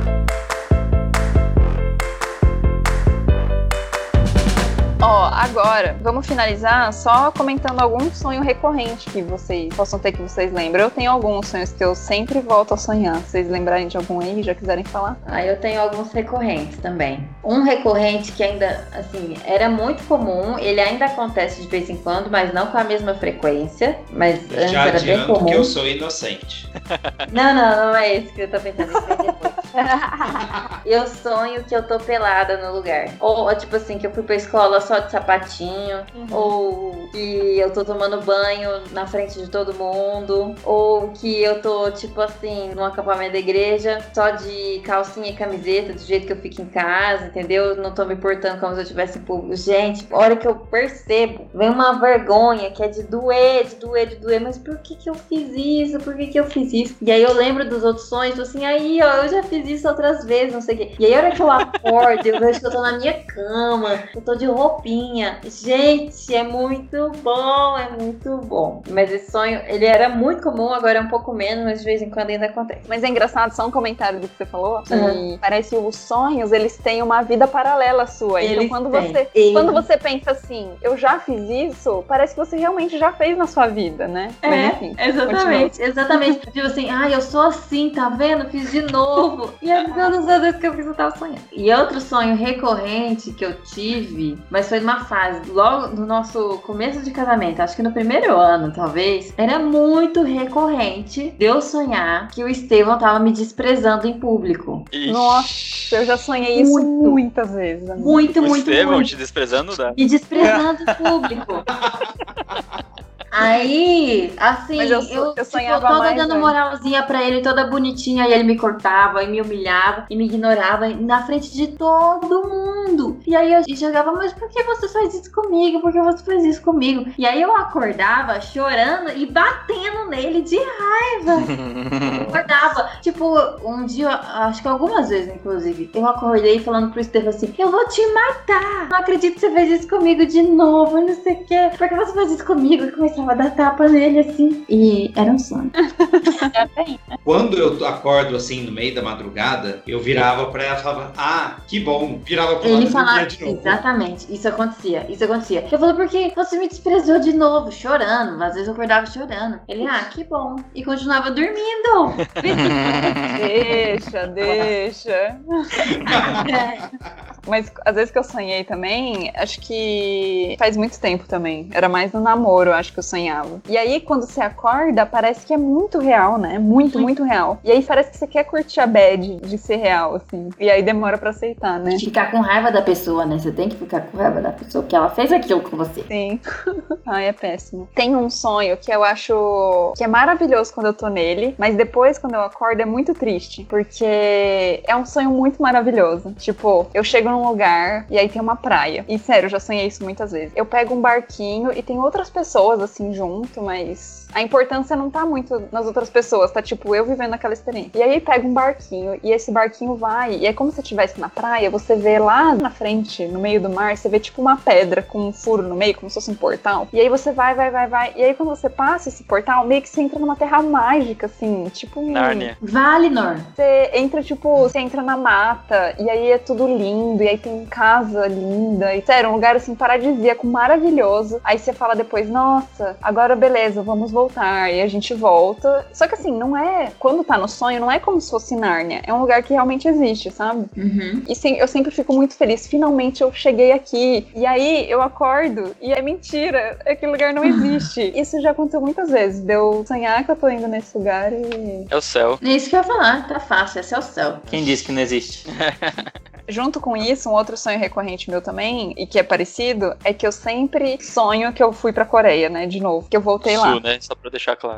Ó, agora Agora, vamos finalizar só comentando algum sonho recorrente que vocês possam ter, que vocês lembram. Eu tenho alguns sonhos que eu sempre volto a sonhar. Se vocês lembrarem de algum aí, já quiserem falar. Ah, eu tenho alguns recorrentes também. Um recorrente que ainda, assim, era muito comum, ele ainda acontece de vez em quando, mas não com a mesma frequência. Mas antes Já era bem adianto comum. que eu sou inocente. Não, não, não é esse que eu tô pensando. Isso vem depois. Eu sonho que eu tô pelada no lugar. Ou, tipo assim, que eu fui pra escola só de sapatinho. Uhum. Ou que eu tô tomando banho na frente de todo mundo. Ou que eu tô, tipo assim, num acampamento da igreja, só de calcinha e camiseta, do jeito que eu fico em casa, entendeu? Não tô me portando como se eu estivesse em público. Gente, a hora que eu percebo, vem uma vergonha que é de doer, de doer, de doer. Mas por que que eu fiz isso? Por que que eu fiz isso? E aí eu lembro dos outros sonhos, assim, aí, ó, eu já fiz isso outras vezes, não sei o quê. E aí a hora que eu acordo, eu vejo que eu tô na minha cama, eu tô de roupinha. Gente, é muito bom, é muito bom. Mas esse sonho, ele era muito comum, agora é um pouco menos, mas de vez em quando ainda acontece. Mas é engraçado, só um comentário do que você falou, que Uhum. parece que os sonhos, eles têm uma vida paralela à sua. Eles então quando têm. você, Eles- quando você pensa assim, eu já fiz isso, parece que você realmente já fez na sua vida, né? É, Mas enfim, exatamente, exatamente. Tipo assim, ai, eu sou assim, tá vendo? Fiz de novo. E aí, todas as vezes que eu fiz, eu tava sonhando. E outro sonho recorrente que eu tive, mas foi numa fase, logo no nosso começo de casamento, acho que no primeiro ano, talvez, era muito recorrente de eu sonhar que o Estevão tava me desprezando em público. Ixi. Nossa, eu já sonhei isso Muito. muitas vezes. amiga. Muito, O muito, Estevão muito. te desprezando, dá? Me desprezando em público. Aí, assim, Mas eu, eu so- eu tipo, sonhava toda mais dando antes. moralzinha pra ele, toda bonitinha, e ele me cortava, e me humilhava, e me ignorava na frente de todo mundo. E aí eu jogava, mas por que você faz isso comigo? Por que você faz isso comigo? E aí eu acordava chorando e batendo nele de raiva. Acordava. Tipo, um dia, acho que algumas vezes, inclusive, eu acordei falando pro Estevão assim, eu vou te matar. Não acredito que você fez isso comigo de novo, não sei o quê. Por que você faz isso comigo? E começava a dar tapa nele, assim. E era um sonho. Já tem. Quando eu acordo assim no meio da madrugada, eu virava pra ela e falava, ah, que bom. Virava pro lado Ele e falava, dormia de novo. exatamente, isso acontecia, isso acontecia. Eu falei, porque você me desprezou de novo, chorando. Às vezes eu acordava chorando. Ele, ah, que bom. E continuava dormindo. Deixa, deixa. Mas às vezes que eu sonhei também, acho que faz muito tempo também. Era mais no namoro, acho que eu sonhava. E aí, quando você acorda, parece que é muito real, né? Muito, muito real. E aí parece que você quer curtir a bad de ser real, assim. E aí demora pra aceitar, né? Ficar com raiva da pessoa, né? Você tem que ficar com raiva da pessoa, porque ela fez aquilo com você. Sim. Ai, é péssimo. Tem um sonho que eu acho que é maravilhoso quando eu tô nele, mas depois, quando eu acordo, é muito triste. Porque é um sonho muito maravilhoso. Tipo, eu chego num lugar e aí tem uma praia. E sério, eu já sonhei isso muitas vezes. Eu pego um barquinho e tem outras pessoas assim junto, mas a importância não tá muito nas outras pessoas, tá tipo eu vivendo aquela experiência. E aí pega um barquinho e esse barquinho vai, e é como se estivesse na praia, você vê lá na frente, no meio do mar, você vê tipo uma pedra com um furo no meio, como se fosse um portal. E aí você vai, vai, vai, vai. E aí quando você passa esse portal, meio que você entra numa terra mágica, assim, tipo um... Nárnia. Valinor. Você entra, tipo, você entra na mata, e aí é tudo lindo, e aí tem casa linda, e sério, um lugar assim paradisíaco, maravilhoso. Aí você fala depois, nossa, agora beleza, vamos voltar, e a gente volta. Só que assim, não é, quando tá no sonho, não é como se fosse Nárnia, é um lugar que realmente existe, sabe? Uhum. E sim, eu sempre fico muito feliz, finalmente eu cheguei aqui. E aí eu acordo, e é mentira, aquele lugar não existe. Isso já aconteceu muitas vezes, de eu sonhar que eu tô indo nesse lugar e... É o céu. É isso que eu ia falar, tá fácil, esse é o céu. Quem disse que não existe? Junto com isso, um outro sonho recorrente meu também, e que é parecido, é que eu sempre sonho que eu fui pra Coreia, né, de novo, que eu voltei lá. Sul, né? Só pra deixar claro.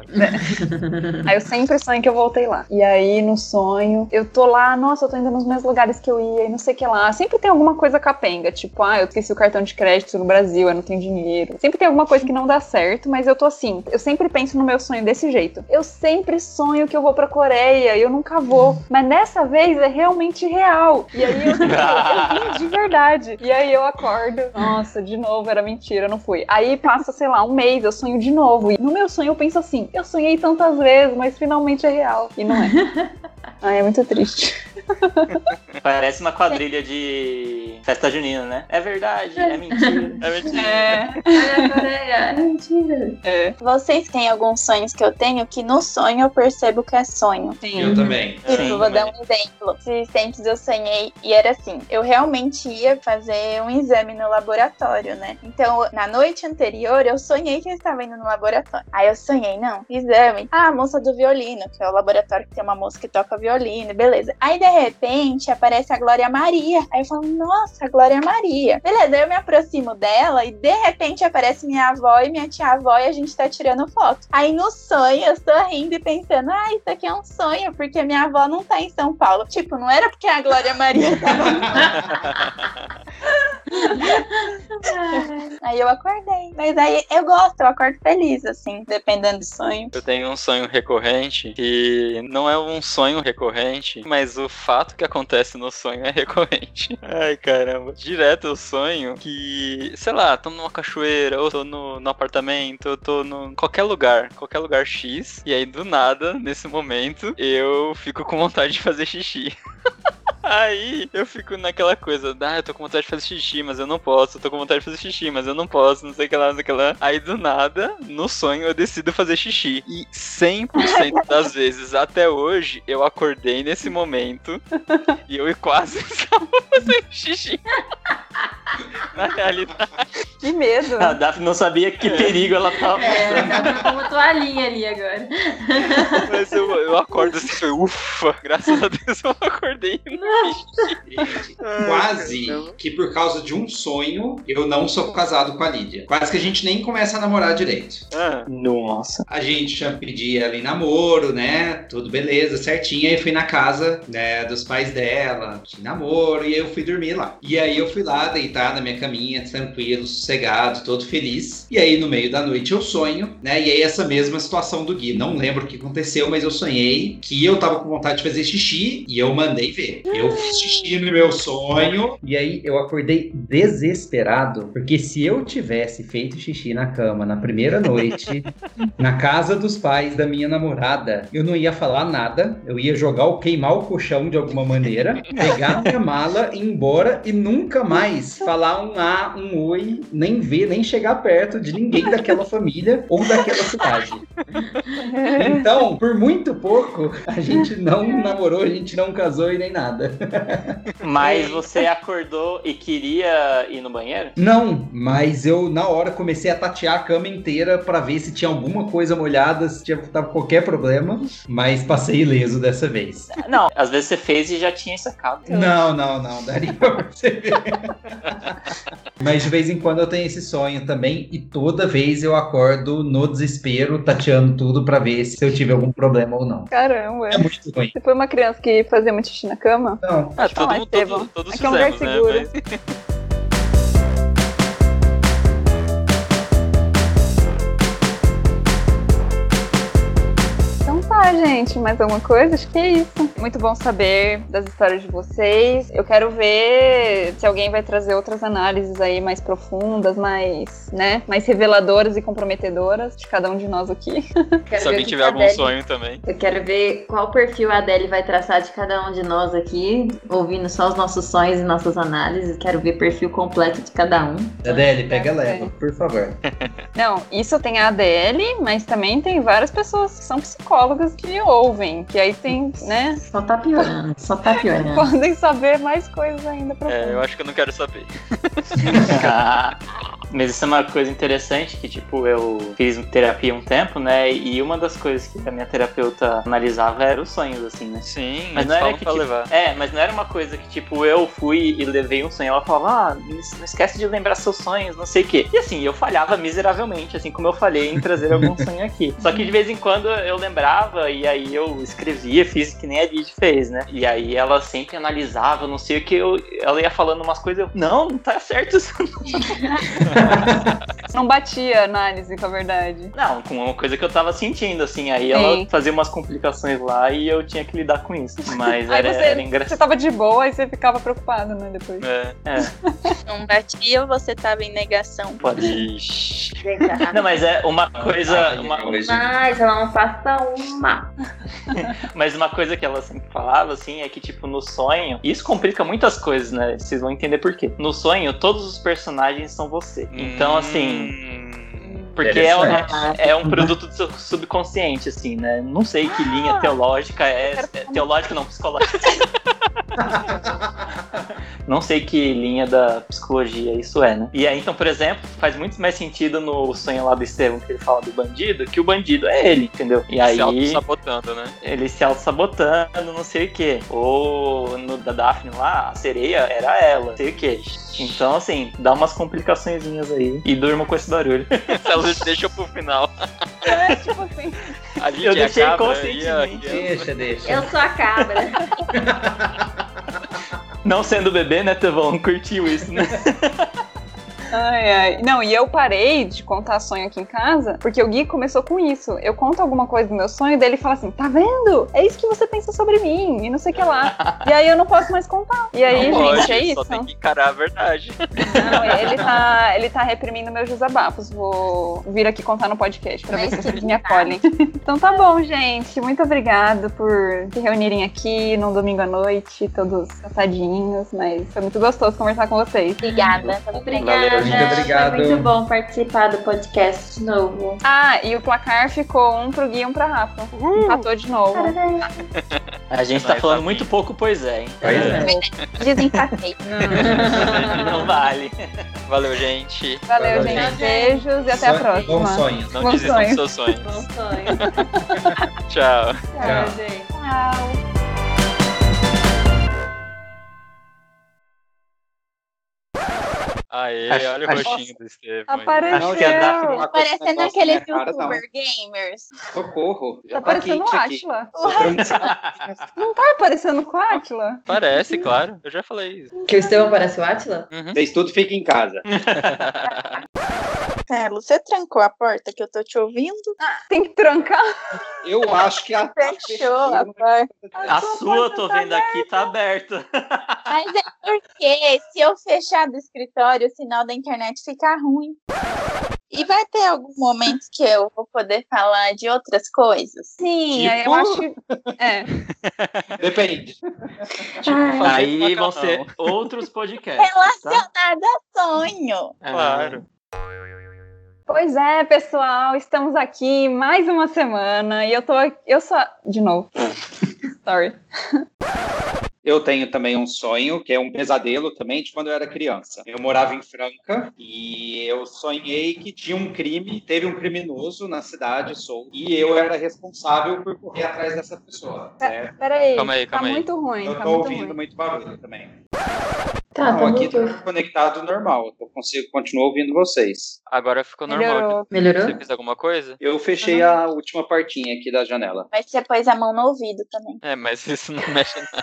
Aí eu sempre sonho que eu voltei lá. E aí, no sonho, eu tô lá, nossa, eu tô indo nos mesmos lugares que eu ia, e não sei o que lá. Sempre tem alguma coisa capenga, tipo, ah, eu esqueci o cartão de crédito no Brasil, eu não tenho dinheiro. Sempre tem alguma coisa que não dá certo, mas eu tô assim, eu sempre penso no meu sonho desse jeito. Eu sempre sonho que eu vou pra Coreia, e eu nunca vou. Mas nessa vez é realmente real. E aí eu, eu vim de verdade. E aí eu acordo, nossa, de novo, era mentira, eu não fui. Aí passa, sei lá, um mês, eu sonho de novo. E no meu sonho eu penso assim, eu sonhei tantas vezes, mas finalmente é real. E não é. Ai, é muito triste. Parece uma quadrilha de de festa junina, né? É verdade, é mentira. É mentira. É. Olha, Coreia, é mentira. É. Vocês têm alguns sonhos que eu tenho que no sonho eu percebo que é sonho. Sim. Eu também. Tipo, Sim, vou dar um exemplo. Esses tempos eu sonhei e era assim, eu realmente ia fazer um exame no laboratório, né? Então, na noite anterior, eu sonhei que eu estava indo no laboratório. Aí eu sonhei, não, exame. Ah, a moça do violino, que é o laboratório que tem uma moça que toca violino, beleza. Aí, de repente, aparece a Glória Maria. Aí eu falo, nossa, Glória Maria. Beleza, aí eu me aproximo dela e, de repente, aparece minha avó e minha tia-avó e a gente tá tirando foto. Aí, no sonho, eu estou rindo e pensando, ah, isso aqui é um sonho, porque minha avó não tá em São Paulo. Tipo, não era porque a Glória Maria tava... Aí eu acordei. Mas aí eu gosto, eu acordo feliz, assim, dependendo do sonho. Eu tenho um sonho recorrente que não é um sonho recorrente, mas o fato que acontece no sonho é recorrente. Ai, caramba. Direto eu sonho que, sei lá, tô numa cachoeira, ou tô no, no apartamento, ou tô no qualquer lugar, qualquer lugar X, e aí do nada, nesse momento, eu fico com vontade de fazer xixi. Aí eu fico naquela coisa, ah, eu tô com vontade de fazer xixi, mas eu não posso, eu tô com vontade de fazer xixi, mas eu não posso, não sei o que lá, não sei o que lá. Aí do nada, no sonho, eu decido fazer xixi. E cem por cento das vezes, até hoje, eu acordei nesse momento e eu quase estava fazendo xixi. Na realidade. Que medo. A Daphne não sabia que perigo ela tava É, passando. tá uma toalhinha ali agora. Mas eu, eu acordo assim, ufa, graças a Deus eu acordei. Gente, quase que por causa de um sonho, eu não sou casado com a Lídia. Quase que a gente nem começa a namorar direito. Ah, Nossa. A gente já pedia ela em namoro, né? Tudo beleza, certinho. Aí fui na casa, né, dos pais dela, de namoro, e aí eu fui dormir lá. E aí eu fui lá deitar na minha caminha, tranquilo, sossegado, todo feliz. E aí no meio da noite eu sonho, né? E aí essa mesma situação do Gui. Não lembro o que aconteceu, mas eu sonhei que eu tava com vontade de fazer xixi e eu mandei ver. Eu fiz xixi no meu sonho. E aí eu acordei desesperado, porque se eu tivesse feito xixi na cama na primeira noite, na casa dos pais da minha namorada, eu não ia falar nada, eu ia jogar ou queimar o colchão de alguma maneira, pegar minha mala, ir embora e nunca mais falar um A, um oi, nem ver, nem chegar perto de ninguém daquela família ou daquela cidade. Então, por muito pouco, a gente não namorou, a gente não casou e nem nada. Mas você acordou e queria ir no banheiro? Não, mas eu na hora comecei a tatear a cama inteira pra ver se tinha alguma coisa molhada, se tinha tava qualquer problema, mas passei ileso dessa vez. Não, às vezes você fez e já tinha sacado. Não, não, não, daria pra perceber. Mas de vez em quando eu tenho esse sonho também e toda vez eu acordo no desespero, tateando tudo pra ver se eu tive algum problema ou não. Caramba. É muito ruim. Você foi uma criança que fazia muito xixi na cama? Não. ah todo falar, mundo, Estevão. todo, todos Aqui é um lugar fizemos, seguro. né? Mas... Então tá, gente. Mais alguma coisa? Acho que é isso. Muito bom saber das histórias de vocês. Eu quero ver se alguém vai trazer outras análises aí mais profundas, mais, né, mais reveladoras e comprometedoras de cada um de nós aqui. Quero Se alguém ver o que tiver a algum Adele- sonho também. Eu quero ver qual perfil a Adele vai traçar de cada um de nós aqui, ouvindo só os nossos sonhos e nossas análises. Quero ver perfil completo de cada um. Adele, pega É, leva, por favor. Não, isso tem a Adele, mas também tem várias pessoas que são psicólogas que ouvem, que aí tem, né, Só tá piorando, só tá piorando. podem saber mais coisas ainda pra É, eu acho que eu não quero saber. Ah, mas isso é uma coisa interessante que, tipo, eu fiz terapia um tempo, né? E uma das coisas que a minha terapeuta analisava era os sonhos, assim, né? Sim, Mas eles não era falam que, pra tipo, levar. é, mas não era uma coisa que, tipo, eu fui e levei um sonho. Ela falava, ah, não esquece de lembrar seus sonhos, não sei o quê. E assim, eu falhava miseravelmente, assim como eu falhei em trazer algum sonho aqui. Só que de vez em quando eu lembrava e aí eu escrevia, fiz que nem a Lid fez, né? E aí ela sempre analisava, não sei o que, eu, ela ia falando umas coisas, eu, não, não tá certo isso. Não batia a análise com a verdade. Não, com uma coisa que eu tava sentindo, assim. Aí Sim. ela fazia umas complicações lá e eu tinha que lidar com isso. Mas Aí era, você, era engraçado. você tava de boa e você ficava preocupado, né, depois. É. É, Não batia ou você tava em negação? pode. Ixi. Não, mas é uma coisa. Uma, Hoje. Mas ela não faça uma. mas uma coisa que ela sempre falava, assim, é que, tipo, no sonho. Isso complica muitas coisas, né? Vocês vão entender por quê. No sonho, todos os personagens são você. Então, assim. Hum, Porque é, um- Interessante. é um produto do seu subconsciente, assim, né? Não sei que linha teológica é. é teológica não, psicológica. Não sei que linha da psicologia isso é, né? E aí, então, por exemplo, faz muito mais sentido no sonho lá do Estevão, que ele fala do bandido, que o bandido é ele, entendeu? E aí Se auto-sabotando, né? ele se auto-sabotando, não sei o quê. Ou no da Daphne lá, a sereia era ela, não sei o quê. Então, assim, dá umas complicaçõezinhas aí. E durma com esse barulho. Ela deixou pro final. É, tipo assim. Ali Eu tinha deixei cabra, conscientemente. ali a criança. Deixa, deixa. Eu sou a cabra. Não sendo bebê, né, Tevão? Curtiu isso, né? Ai, ai. Não, e eu parei de contar sonho aqui em casa, porque o Gui começou com isso. Eu conto alguma coisa do meu sonho, daí ele fala assim, tá vendo? É isso que você pensa sobre mim, e não sei o que lá. E aí eu não posso mais contar. E aí, Não gente, pode, é só isso. tem que encarar a verdade. Não, ele tá, ele tá reprimindo meus desabafos. Vou vir aqui contar no podcast pra ver se vocês me acolhem. Então tá bom, gente. Muito obrigado por se reunirem aqui num domingo à noite, todos cansadinhos, mas foi muito gostoso conversar com vocês. Obrigada. Obrigada. Muito obrigado. Foi muito bom participar do podcast de novo. Ah, e o placar ficou um pro Gui e um pra Rafa. Empatou de novo. A gente tá Vai, falando Fabinho. muito pouco, pois é, hein? Pois é. Desempatei. Não vale. Valeu, gente. Valeu, Valeu, gente. gente. Beijos e até a Sonho- próxima. Bons sonhos. Não Bom desistam sonho. dos seus sonhos. Bom sonho. Tchau. Tchau, gente. Tchau. Aê, Acho- olha o acho- rostinho do Estevão. aí. Apareceu. Acho que a Daphne Tá uma coisa parecendo negócio na aqueles minha cara, não. youtuber gamers. Socorro. Já Tá parecendo o quente aqui. Átila. Sofremos- Não tá parecendo com o Átila? Parece, claro. Eu já falei isso. Que o Estevão parece o Átila? Uhum. Vocês tudo fiquem em casa. Marcelo, você trancou a porta que eu tô te ouvindo? Tem que trancar. Eu acho que a Fechou a porta. A sua, eu tô vendo aqui, tá aberta. Mas é porque se eu fechar do escritório, o sinal da internet fica ruim. E vai ter algum momento que eu vou poder falar de outras coisas? Sim, aí eu Tipo? acho que. É. Depende. Tipo, fazer Aí vão macarrão. ser outros podcasts, tá? Relacionado a sonho. Claro. Pois é, pessoal, estamos aqui mais uma semana e eu tô. Eu só. De novo. Sorry. Eu tenho também um sonho, que é um pesadelo também, de quando eu era criança. Eu morava em Franca e eu sonhei que tinha um crime, teve um criminoso na cidade, solto, e eu era responsável por correr atrás dessa pessoa, certo? Peraí. Calma aí, calma tá aí. muito ruim. Eu tá tô muito ouvindo ruim. muito barulho também. Tá, Não, tá aqui muito. tá conectado normal, eu consigo continuar ouvindo vocês. Agora ficou normal. Melhorou. Melhorou? Você fez alguma coisa? Eu fechei a última partinha aqui da janela. Mas você pôs a mão no ouvido também. É, mas isso não mexe nada.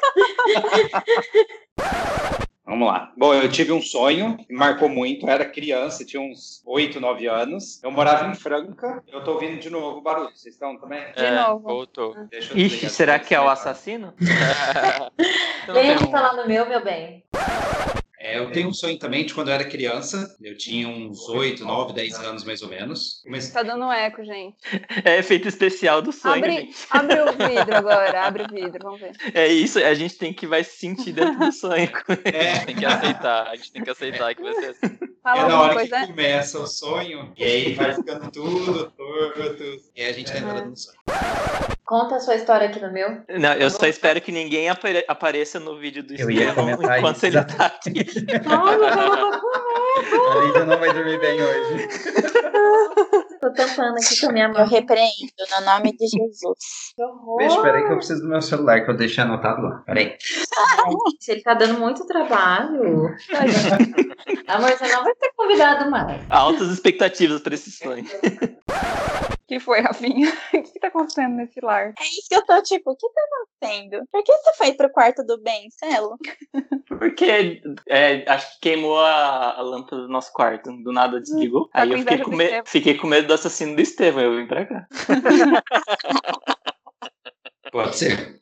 Vamos lá. Bom, eu tive um sonho que marcou muito. Eu era criança, tinha uns oito, nove anos. Eu morava em Franca. Eu tô ouvindo de novo o barulho. Vocês estão também? De É, novo. voltou. Deixa eu Ixi, desligar será esse que é o telefone. assassino? Você não Vem tem aqui um- falar no meu, meu bem. É, eu tenho um sonho também de quando eu era criança. Eu tinha uns oito, nove, dez anos mais ou menos. Comecei... Tá dando eco, gente. É efeito especial do sonho, Abre, gente. abre o vidro agora. Abre o vidro, vamos ver. É isso, a gente tem que vai se sentir dentro do sonho. A gente tem que aceitar. A gente tem que aceitar que vai ser assim. Fala É na alguma hora coisa. que começa o sonho, e aí vai ficando tudo torto. E aí a gente vai entrando no sonho. Conta a sua história aqui no meu. Não, eu só espero que ninguém apare- apareça no vídeo do Eu ia Estevão comentar enquanto isso, ele tá aqui. Nossa, eu tô com medo. A Lídia não vai dormir bem hoje. Tô tampando aqui com a minha Eu mão. repreendo no nome de Jesus. Que horror. Beijo, peraí que eu preciso do meu celular, que eu deixei anotado lá. Peraí. Se ele tá dando muito trabalho. Amor, você não vai ser convidado mais. Altas expectativas pra esse sonho. O que foi, Rafinha? O que tá acontecendo nesse lar? É isso que eu tô tipo, o que tá acontecendo? Por que você foi pro quarto do bem, Celo? Porque é, acho que queimou a, a lâmpada do nosso quarto. Do nada desligou. Tá Aí com eu fiquei inveja com, do me- Estevão. fiquei com medo do assassino do Estevão. Eu vim pra cá. Pode ser.